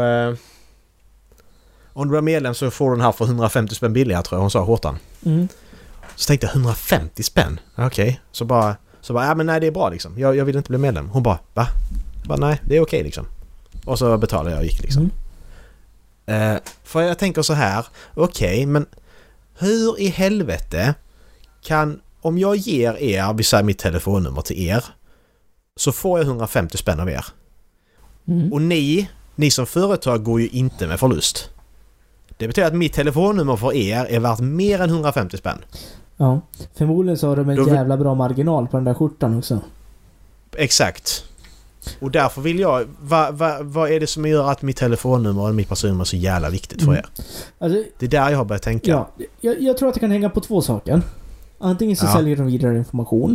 får du den här för 150 spänn billigare, tror jag hon sa, skjortan. Så tänkte jag 150 spänn. Okej. Så bara ja men nej, det är bra liksom. Jag vill inte bli medlem. Hon bara va? Nej, det är okej liksom. Och så betalade jag och gick liksom. För jag tänker så här, okej, men hur i helvete kan, om jag ger er, vi säger mitt telefonnummer till er, så får jag 150 spänn av er. Och ni som företag går ju inte med förlust. Det betyder att mitt telefonnummer för er är värt mer än 150 spänn. Ja, förmodligen så har de en jävla bra marginal på den där skjortan också. Exakt. Och därför vill jag... Vad är det som gör att mitt telefonnummer och mitt personnummer är så jävla viktigt för er? Alltså, det är där jag har börjat tänka. Ja, jag tror att det kan hänga på två saker. Antingen så säljer de vidare information.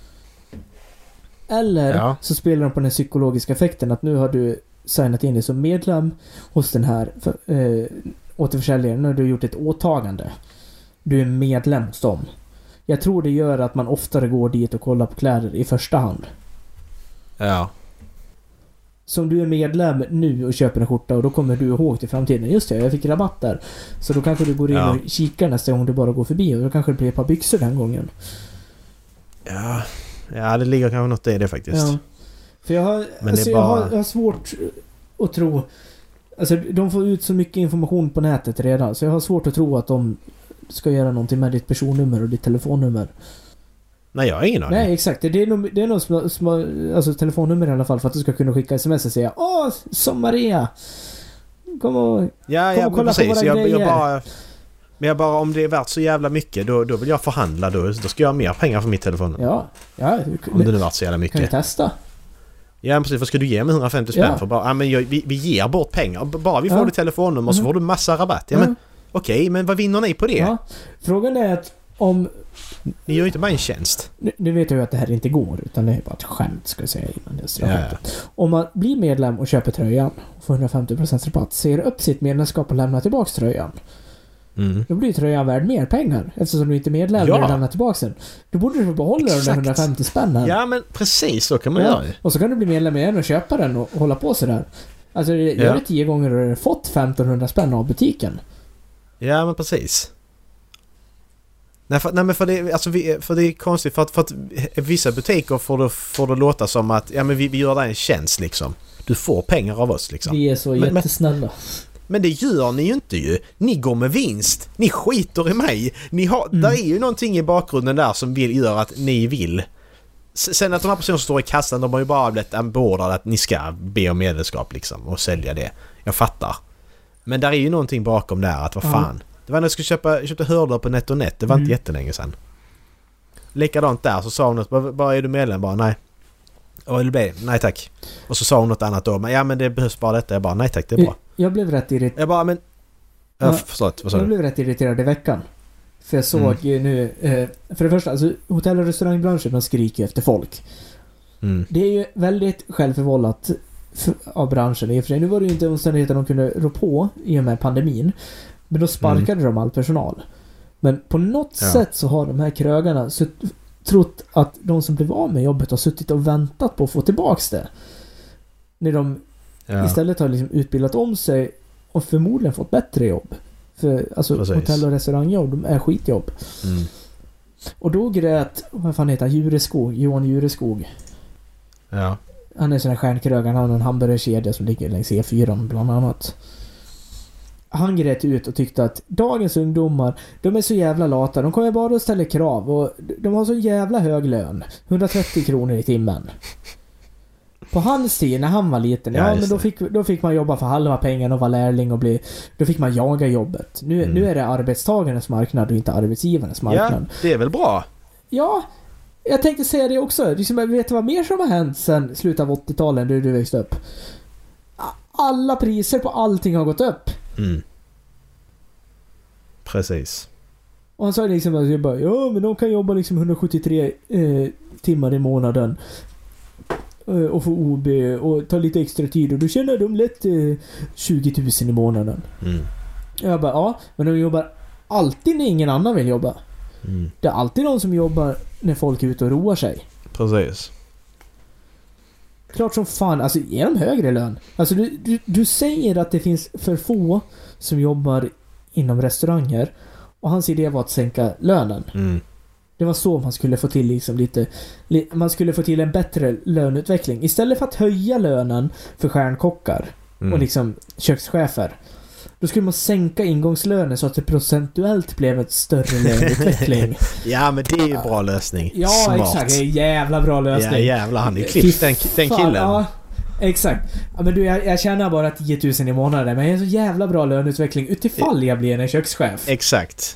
Eller så spelar de på den psykologiska effekten att nu har du signat in dig som medlem hos den här återförsäljaren. Nu har du gjort ett åtagande. Du är medlem hos dem. Jag tror det gör att man oftare går dit och kollar på kläder i första hand. Ja. Så om du är medlem nu och köper en skjorta och då kommer du ihåg till framtiden. Just det, jag fick rabatt där. Så då kanske du går in och kikar nästa gång du bara går förbi. Och då kanske det blir ett par byxor den gången. Ja, det ligger kanske något i det faktiskt. Ja. För jag har svårt att tro... Alltså de får ut så mycket information på nätet redan. Så jag har svårt att tro att de ska göra någonting med ditt personnummer och ditt telefonnummer. Nej, jag har ingen aning. Nej, exakt. Det är nog alltså telefonnummer i alla fall för att du ska kunna skicka sms och säga åh, som Maria! Kom och kolla på våra grejer. Men jag bara, om det är värt så jävla mycket, då vill jag förhandla. Då ska jag ha mer pengar för mitt telefonnummer. Ja. Om det nu är värt så jävla mycket. Kan du testa? Ja, precis. Vad ska du ge med 150 spänn för? Bara, men vi ger bort pengar. Bara vi får ditt telefonnummer så får du massa rabatt. Ja, men okej, men vad vinner ni på det? Ja. Frågan är att om... Ni gör ju inte bara en tjänst. Nu vet jag ju att det här inte går, utan det är bara ett skämt, ska jag säga innan det Om man blir medlem och köper tröjan och får 150% rabatt, ser upp sitt medlemskap och lämnar tillbaka tröjan. Då blir tröjan värd mer pengar eftersom du inte är medlem och lämnar tillbaka den. Då borde du få behålla den 150 spänn. Ja, men precis, så kan man göra. Och så kan du bli medlem igen och köpa den och hålla på så där. Alltså, gör det 10 gånger och du har fått 1500 spänn av butiken. Ja, men precis. För det är konstigt för att vissa butiker får det låta som att ja, men vi gör det en tjänst liksom. Du får pengar av oss liksom. Vi är så jättesnälla. Men det gör ni ju inte ju. Ni går med vinst. Ni skiter i mig. Där är ju någonting i bakgrunden där som gör att ni vill. Sen att de här personerna som står i kassan, de har ju bara blivit anbordade att ni ska be om medlemskap liksom och sälja det. Jag fattar. Men där är ju någonting bakom där att vad fan. Det var när jag skulle köpte hörlurar på NetOnNet. Det var inte jättelänge sedan. Likadant där så sa hon något. Bara är du medlem? Bara nej. Och LB, nej tack. Och så sa hon något annat då. Men ja, men det behövs bara detta. Jag bara nej tack, det är bra. Jag blev rätt irriterad. Jag bara men... Förlåt, vad sa du? Jag blev rätt irriterad i veckan. För jag såg ju nu... för det första, alltså hotell- och restaurangbranschen, man skriker efter folk. Det är ju väldigt självförvållat av branschen i och för sig. Nu var det ju inte omständigheter de kunde rå på i och med pandemin. Men då sparkade de all personal. Men på något sätt så har de här krögarna trott att de som blev av med jobbet har suttit och väntat på att få tillbaks det. När de istället har liksom utbildat om sig och förmodligen fått bättre jobb. För alltså hotell- och restaurangjobb, de är skitjobb. Och då grät, vad fan heter han? Johan Jureskog. Ja. Han är sån här stjärnkrögare, han har en hamburgerkedja som ligger längs E4 bland annat. Han grät ut och tyckte att dagens ungdomar, de är så jävla lata. De kommer bara att ställa krav och de har så jävla hög lön. 130 kronor i timmen. På hans tid, när han var liten, men då fick man jobba för halva pengarna och vara lärling och då fick man jaga jobbet. Nu är det arbetstagarnas marknad och inte arbetsgivarnas marknad. Ja, det är väl bra? Ja, jag tänkte säga det också. Liksom, vet du vad mer som har hänt sen slutet av 80-talet när du växte upp? Alla priser på allting har gått upp. Precis. Och han sa liksom att men de kan jobba liksom 173 timmar i månaden och få OB och ta lite extra tid och då tjänar de lätt 20 000 i månaden. Jag bara, men de jobbar alltid när ingen annan vill jobba. Det är alltid de som jobbar när folk är ute och roar sig. Precis. Klart som fan, alltså ge dem högre lön. Alltså du säger att det finns för få som jobbar inom restauranger och hans idé var att sänka lönen. Det var så man skulle få till liksom man skulle få till en bättre löneutveckling istället för att höja lönen för stjärnkockar och liksom kökschefer. Då skulle man sänka ingångslönen så att det procentuellt blev ett större löneutveckling. Ja, men det är ju en bra lösning. Ja, smart. Exakt. Det är en jävla bra lösning. Ja, jävlar. Han är klippt, den killen. Ja, exakt. Ja, men jag tjänar bara 10 000 i månaden, men jag är så jävla bra löneutveckling utifall jag blir en kökschef. Exakt.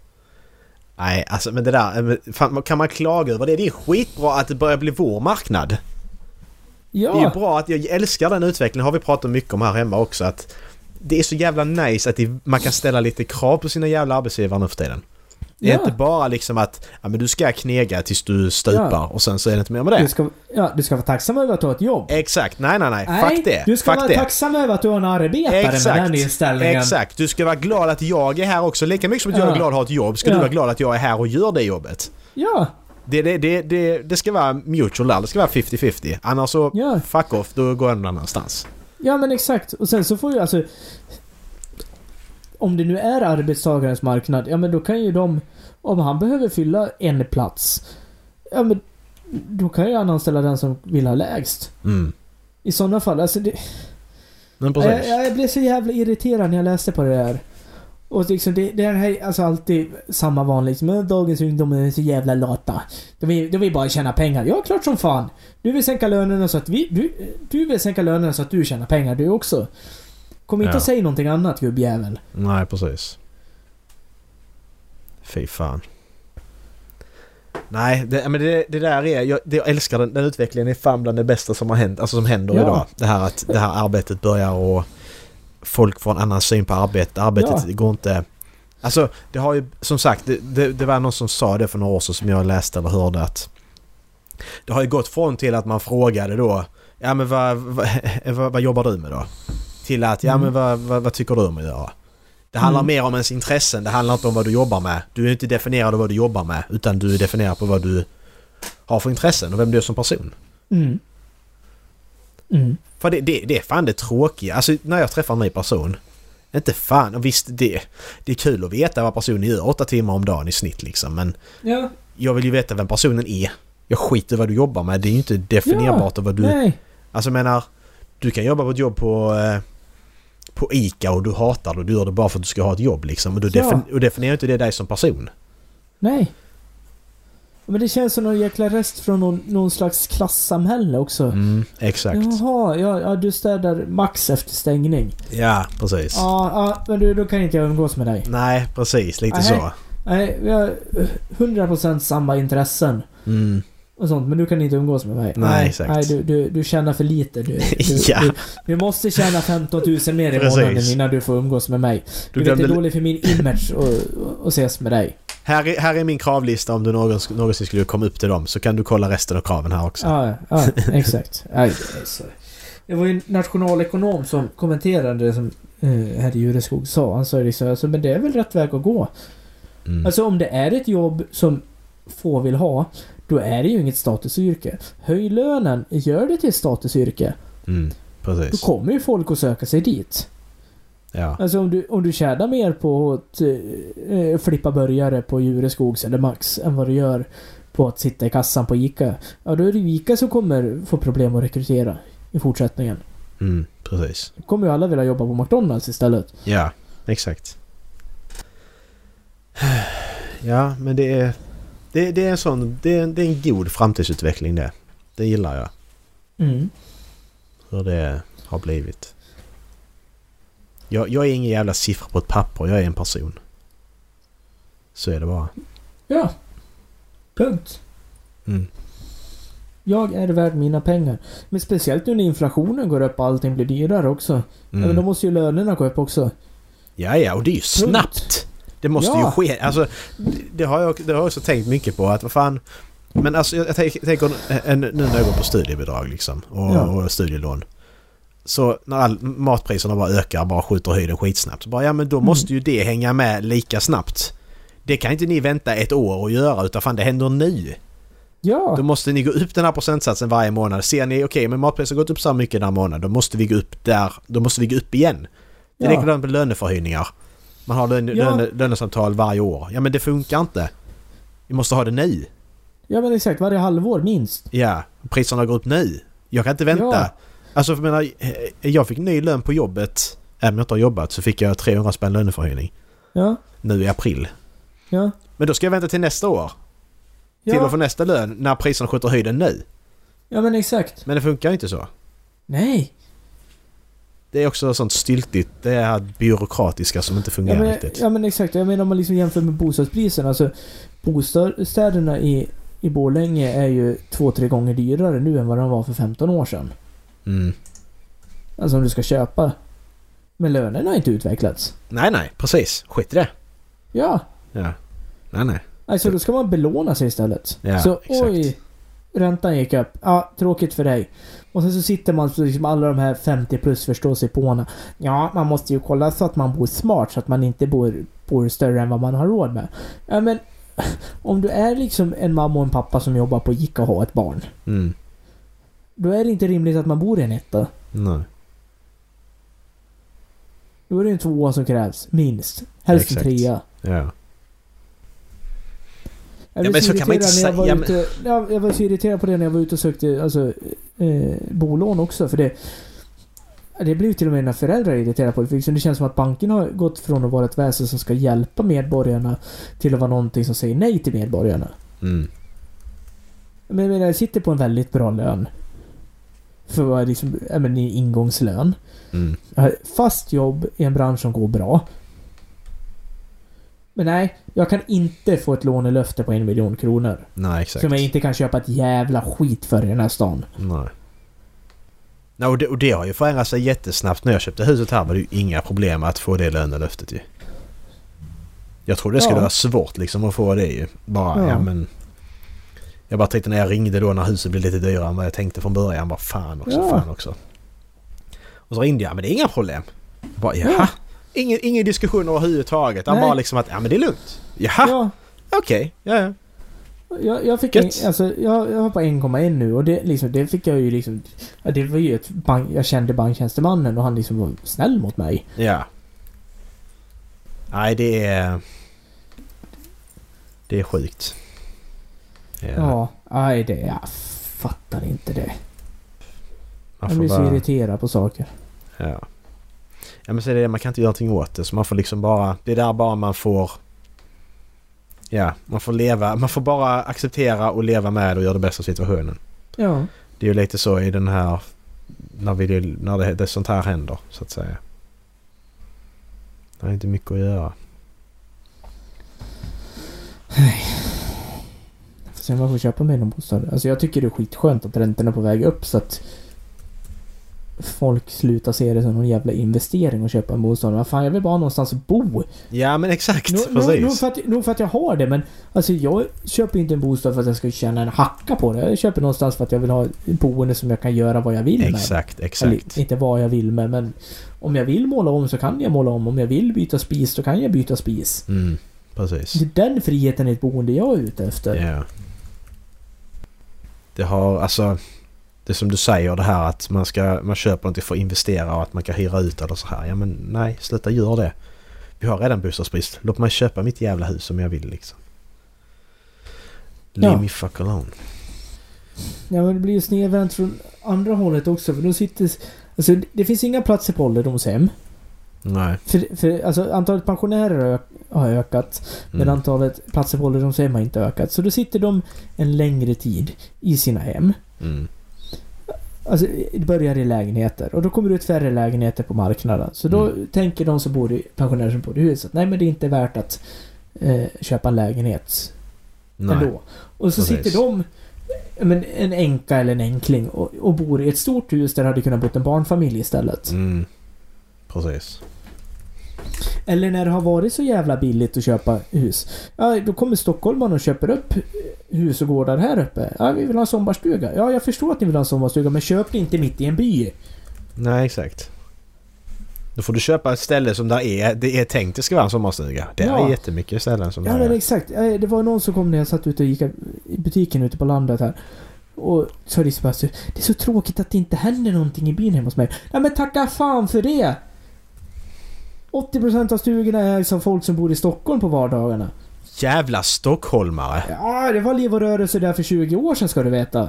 Nej, alltså, men det där... Fan, kan man klaga över det? Det är skitbra att det börjar bli vår marknad. Ja. Det är ju bra att jag älskar den utvecklingen. Har vi pratat mycket om här hemma också, att det är så jävla nice att man kan ställa lite krav på sina jävla arbetsgivare nu för tiden. Det är inte bara liksom att men du ska knega tills du stupar och sen så är det inte mer med det. Du ska vara tacksam över att du har ett jobb. Exakt, nej. Fuck det. Du ska vara tacksam över att du har en arbetare med den inställningen. Exakt, du ska vara glad att jag är här också. Lika mycket som att jag är glad att ha ett jobb ska du vara glad att jag är här och gör det jobbet. Ja. Det ska vara mutual där, det ska vara 50-50. Annars så fuck off, då går jag någon annanstans. Ja, men exakt. Och sen så får ju alltså... Om det nu är arbetstagarens marknad, ja men då kan ju om han behöver fylla en plats, ja men då kan ju han anställa den som vill ha lägst. I sådana fall, alltså det... Men precis. Jag blev så jävla irriterad när jag läste på det där. Och liksom det är alltså alltid samma vanligt. Men dagens ungdomar är så jävla lata. De vill bara tjäna pengar. Ja, klart som fan. Du vill sänka lönerna så att du vill sänka lönerna så att du tjänar pengar du också. Kom inte att säga någonting annat, gubbjävel. Nej, precis. Fy fan. Nej, men det där är... Jag älskar den utvecklingen är fan bland det bästa som har hänt, alltså som händer idag. Det här att det här arbetet börjar och folk får en annan syn på arbetet. Arbetet går inte... Alltså, det har ju... Som sagt, det var någon som sa det för några år sedan som jag läste eller hörde att det har ju gått från till att man frågade då ja men vad jobbar du med då? Till att ja men vad tycker du om att göra? Det handlar mer om ens intressen. Det handlar inte om vad du jobbar med. Du är inte definierad av vad du jobbar med, utan du är definierad på vad du har för intressen och vem du är som person. För det är fan det tråkiga. Alltså när jag träffar en ny person, inte fan, och visst det är kul att veta vad personen gör 8 timmar om dagen i snitt liksom, men jag vill ju veta vem personen är. Jag skiter vad du jobbar med. Det är ju inte definierbart av vad du... Nej. Alltså jag menar, du kan jobba på ett jobb på ICA och du hatar det och du gör det bara för att du ska ha ett jobb liksom. Och du definierar inte det dig som person. Nej. Men det känns som någon jäkla rest från någon slags klassamhälle också. Exakt. Jaha, ja, du städar max efter stängning. Ja, precis. Ja, men då kan inte jag umgås med dig. Nej, precis. Lite så. Nej, vi har 100% samma intressen. Och sånt, men du kan inte umgås med mig. Nej, exakt. Nej, du tjänar för lite. Ja. Du måste tjäna 15 000 mer i månaden innan du får umgås med mig. Du vet, det är dåligt för min image att ses med dig. Här är min kravlista om du någonsin skulle komma upp till dem, så kan du kolla resten av kraven här också. Ja, exakt. Det var ju en nationalekonom som kommenterade det som här i Jureskog sa. Han sa liksom, alltså, men det är väl rätt väg att gå. Alltså om det är ett jobb som få vill ha, då är det ju inget statusyrke. Höj lönen, gör det till ett statusyrke. Precis. Då kommer ju folk att söka sig dit. Ja. Alltså om du tjänar mer på att flippa burgare på Jureskogs eller Max än vad du gör på att sitta i kassan på Ica. Ja, då är det Ica som kommer få problem att rekrytera i fortsättningen. Precis. Då kommer ju alla vilja jobba på McDonalds istället. Ja, exakt. Ja, men det är en sån, det är en god framtidsutveckling det. Det gillar jag. Hur det har blivit. Jag är ingen jävla siffra på ett papper, jag är en person. Så är det bara. Ja. Punkt. Jag är värd mina pengar. Men speciellt nu när inflationen går upp och allting blir dyrare också. Men då måste ju lönerna gå upp också. Ja, och det är ju snabbt. Det måste ju ske. Alltså, det har jag också tänkt mycket på. Att vad fan... Men alltså, jag tänker nu när jag går på studiebidrag liksom, och studielån. Så när matpriserna bara ökar, bara skjuter höjden skitsnabbt. Så bara, ja men då måste ju det hänga med lika snabbt. Det kan inte ni vänta ett år och göra, utan fan det händer nu. Ja. Då måste ni gå upp den här procentsatsen varje månad. Ser ni, okej, men matpriserna har gått upp så mycket den här månaden. Då måste vi gå upp där. Då måste vi gå upp igen. Det är likadant med löneförhöjningar. Man har lönesamtal varje år. Ja, men det funkar inte. Vi måste ha det nu. Ja, men exakt. Varje halvår minst. Ja, priserna går upp nu. Jag kan inte vänta. Ja. Alltså, för menar, jag fick ny lön på jobbet. Även om jag inte har jobbat så fick jag 300 spänn löneförhöjning. Ja. Nu i april. Ja. Men då ska jag vänta till nästa år. Till att få nästa lön när priserna skjuter höjden nu. Ja, men exakt. Men det funkar inte så. Nej. Det är också sånt styltigt. Det är byråkratiska som inte fungerar riktigt. Ja, men exakt. Jag menar om man liksom jämför med bostadspriserna. Alltså, bostäderna i Borlänge är ju 2-3 gånger dyrare nu än vad de var för 15 år sedan. Alltså om du ska köpa. Men lönerna har inte utvecklats. Nej, precis. Skit i det. Ja. Nej. Alltså då ska man belåna sig istället. Ja, så exakt. Oj, räntan gick upp. Ja, tråkigt för dig. Och sen så sitter man liksom alla de här 50 plus förstår sig på. Ja, man måste ju kolla så att man bor smart så att man inte bor större än vad man har råd med. Ja, men om du är liksom en mamma och en pappa som jobbar på Ica och har ett barn. Då är det inte rimligt att man bor i en etta. Nej. Då är det en 2 som krävs, minst. Helst en 3. Ja. Men så kan man inte säga. Jag var så irriterad på det när jag var ute och sökte bolån också. För det blev till och med när föräldrar irriterade på det. För det känns som att banken har gått från att vara ett väsen som ska hjälpa medborgarna till att vara någonting som säger nej till medborgarna. Men jag sitter på en väldigt bra lön. För vad liksom, i ingångslön. Jag har fast jobb i en bransch som går bra. Men nej, jag kan inte få ett lånelöfte på 1 miljon kronor. Nej, exakt. Som jag inte kan köpa ett jävla skit för i den här stan. Nej, och det har ju förändrat sig jättesnabbt. När jag köpte huset här var det ju inga problem att få det lönelöftet ju. Jag tror det skulle vara svårt liksom att få det ju. Jag bara tänkte när jag ringde då när huset blev lite dyrare än vad jag tänkte från början. Bara fan också. Och så ringde jag, men det är inga problem. Jaha. Ingen diskussion överhuvudtaget. Han bara liksom att, men det är lugnt. Jaha, okej. Ja. Jag fick jag har på 1,1 nu och det fick jag ju liksom, det var ju jag kände banktjänstemannen och han liksom var snäll mot mig. Ja. Nej, det är sjukt. Ja, jag fattar inte det. Jag blir så irriterad på saker. Ja. Ja, men så är det, man kan inte göra någonting åt det. Så man får liksom bara... Det är där bara man får Ja, man får bara acceptera och leva med och göra det bästa av situationen. Ja. Det är ju lite så i den här när det sånt här händer, så att säga. Det är inte mycket att göra. Nej. Sen man får köpa med någon bostad. Alltså jag tycker det är skitskönt att räntorna är på väg upp så att folk slutar se det som någon jävla investering och köpa en bostad. Vad fan, jag vill bara någonstans att bo. Ja, men exakt. Precis. Nog för att jag har det, men alltså jag köper inte en bostad för att jag ska känna en hacka på det. Jag köper någonstans för att jag vill ha en boende som jag kan göra vad jag vill med. Exakt. Eller, inte vad jag vill med, men om jag vill måla om så kan jag måla om. Om jag vill byta spis så kan jag byta spis. Precis. Det är den friheten i ett boende jag är ute efter. Ja. Det har, alltså, det som du säger, det här att man köper något för att investera och att man kan hyra ut det och så här. Ja, men nej, sluta gör det. Vi har redan bostadsbrist. Låt mig köpa mitt jävla hus som jag vill liksom. Leave me fuck alone. Ja, men det blir ju snedvänt från andra hållet också. För då sitter, alltså, det finns inga platser på ålderdomshem. Nej. För alltså, antalet pensionärer har ökat, men antalet platser på ålderdomshem har inte ökat. Så då sitter de en längre tid i sina hem. Alltså det börjar i lägenheter och då kommer det ut färre lägenheter på marknaden. Så då tänker de som bor i pensionärer som bor i huset, nej men det är inte värt att köpa en lägenhet ändå. Och så sitter de, men en änka eller en enkling och bor i ett stort hus där det hade kunnat bo en barnfamilj istället. Precis. Eller när det har varit så jävla billigt att köpa hus. Ja, då kommer stockholmarna och köper upp hus och gårdar här uppe. Ja, vi vill ha en sommarstuga. Ja, jag förstår att ni vill ha en sommarstuga, men köp det inte mitt i en by. Nej, exakt. Då får du köpa ett ställe som det är tänkt det ska vara en sommarstuga. Det är jättemycket ställen som det är. Ja, men exakt. Det var någon som kom när jag satt ute och gick i butiken ute på landet här. Och så det är så tråkigt att det inte händer någonting i byn hemma hos mig. Nej, men tacka fan för det! 80% av stugorna ägs av folk som bor i Stockholm på vardagarna. Jävla stockholmare. Ja, det var liv och rörelse där för 20 år sedan, ska du veta.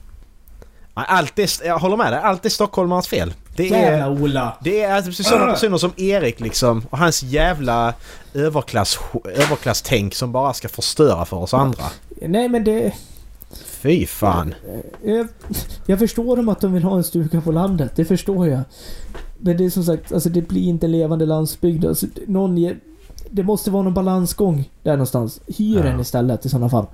Jag håller med dig. Allt är stockholmarnas fel. Jävla Ola. Det är precis sådana personer som Erik liksom, och hans jävla överklasstänk som bara ska förstöra för oss andra. Nej, men det... Fy fan. Jag förstår dem att de vill ha en stuga på landet. Det förstår jag. Men det är som sagt, alltså det blir inte levande landsbygd. Alltså, det måste vara någon balansgång där någonstans. Hyr den istället i sådana fall.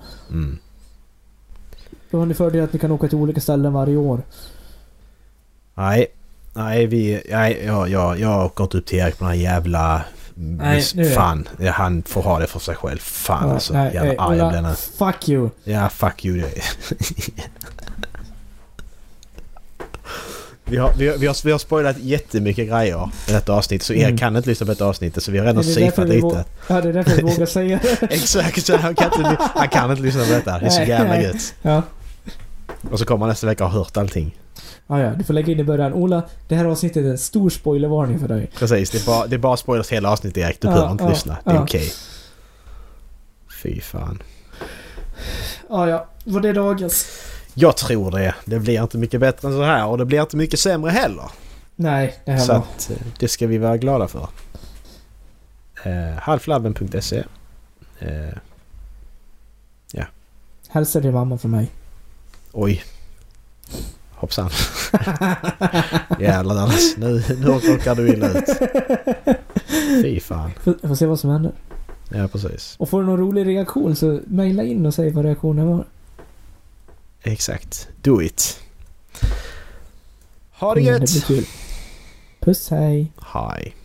Då har ni fördel att ni kan åka till olika ställen varje år. Nej, jag åker inte upp till Erik på den här jävla... fan, han får ha det för sig själv. Fan alltså, jävla arg jag blir nu. Fuck you. Ja, fuck you. Vi har spoilat jättemycket grejer i detta avsnitt, så Erik kan inte lyssna på ett avsnitt, så vi har redan sifat lite. Ja, det är därför jag vågar säga det. Exakt, så han kan inte lyssna på detta. Det är så jävla gött. Ja. Och så kommer han nästa vecka och har hört allting. Ja, du får lägga in i början. Ola, det här avsnittet är en stor spoilervarning för dig. Precis, det är bara spoilers hela avsnittet, Erik. Du behöver inte lyssna. Det är okej. Fy fan. Ja, var det dagens? Jag tror det. Det blir inte mycket bättre än så här, och det blir inte mycket sämre heller. Nej, det här så att, det ska vi vara glada för. Halflabben.se. Ja. Hälsa din mamma för mig. Oj. Hoppsan. Jävlar Dallas. Nu råkar du illa ut. Fy fan. Får se vad som händer. Ja, precis. Och får du någon rolig reaktion så mejla in och säg vad reaktionen var. Exakt. Do it. Ha det gött. Det blir kul. Puss, hej. Hej.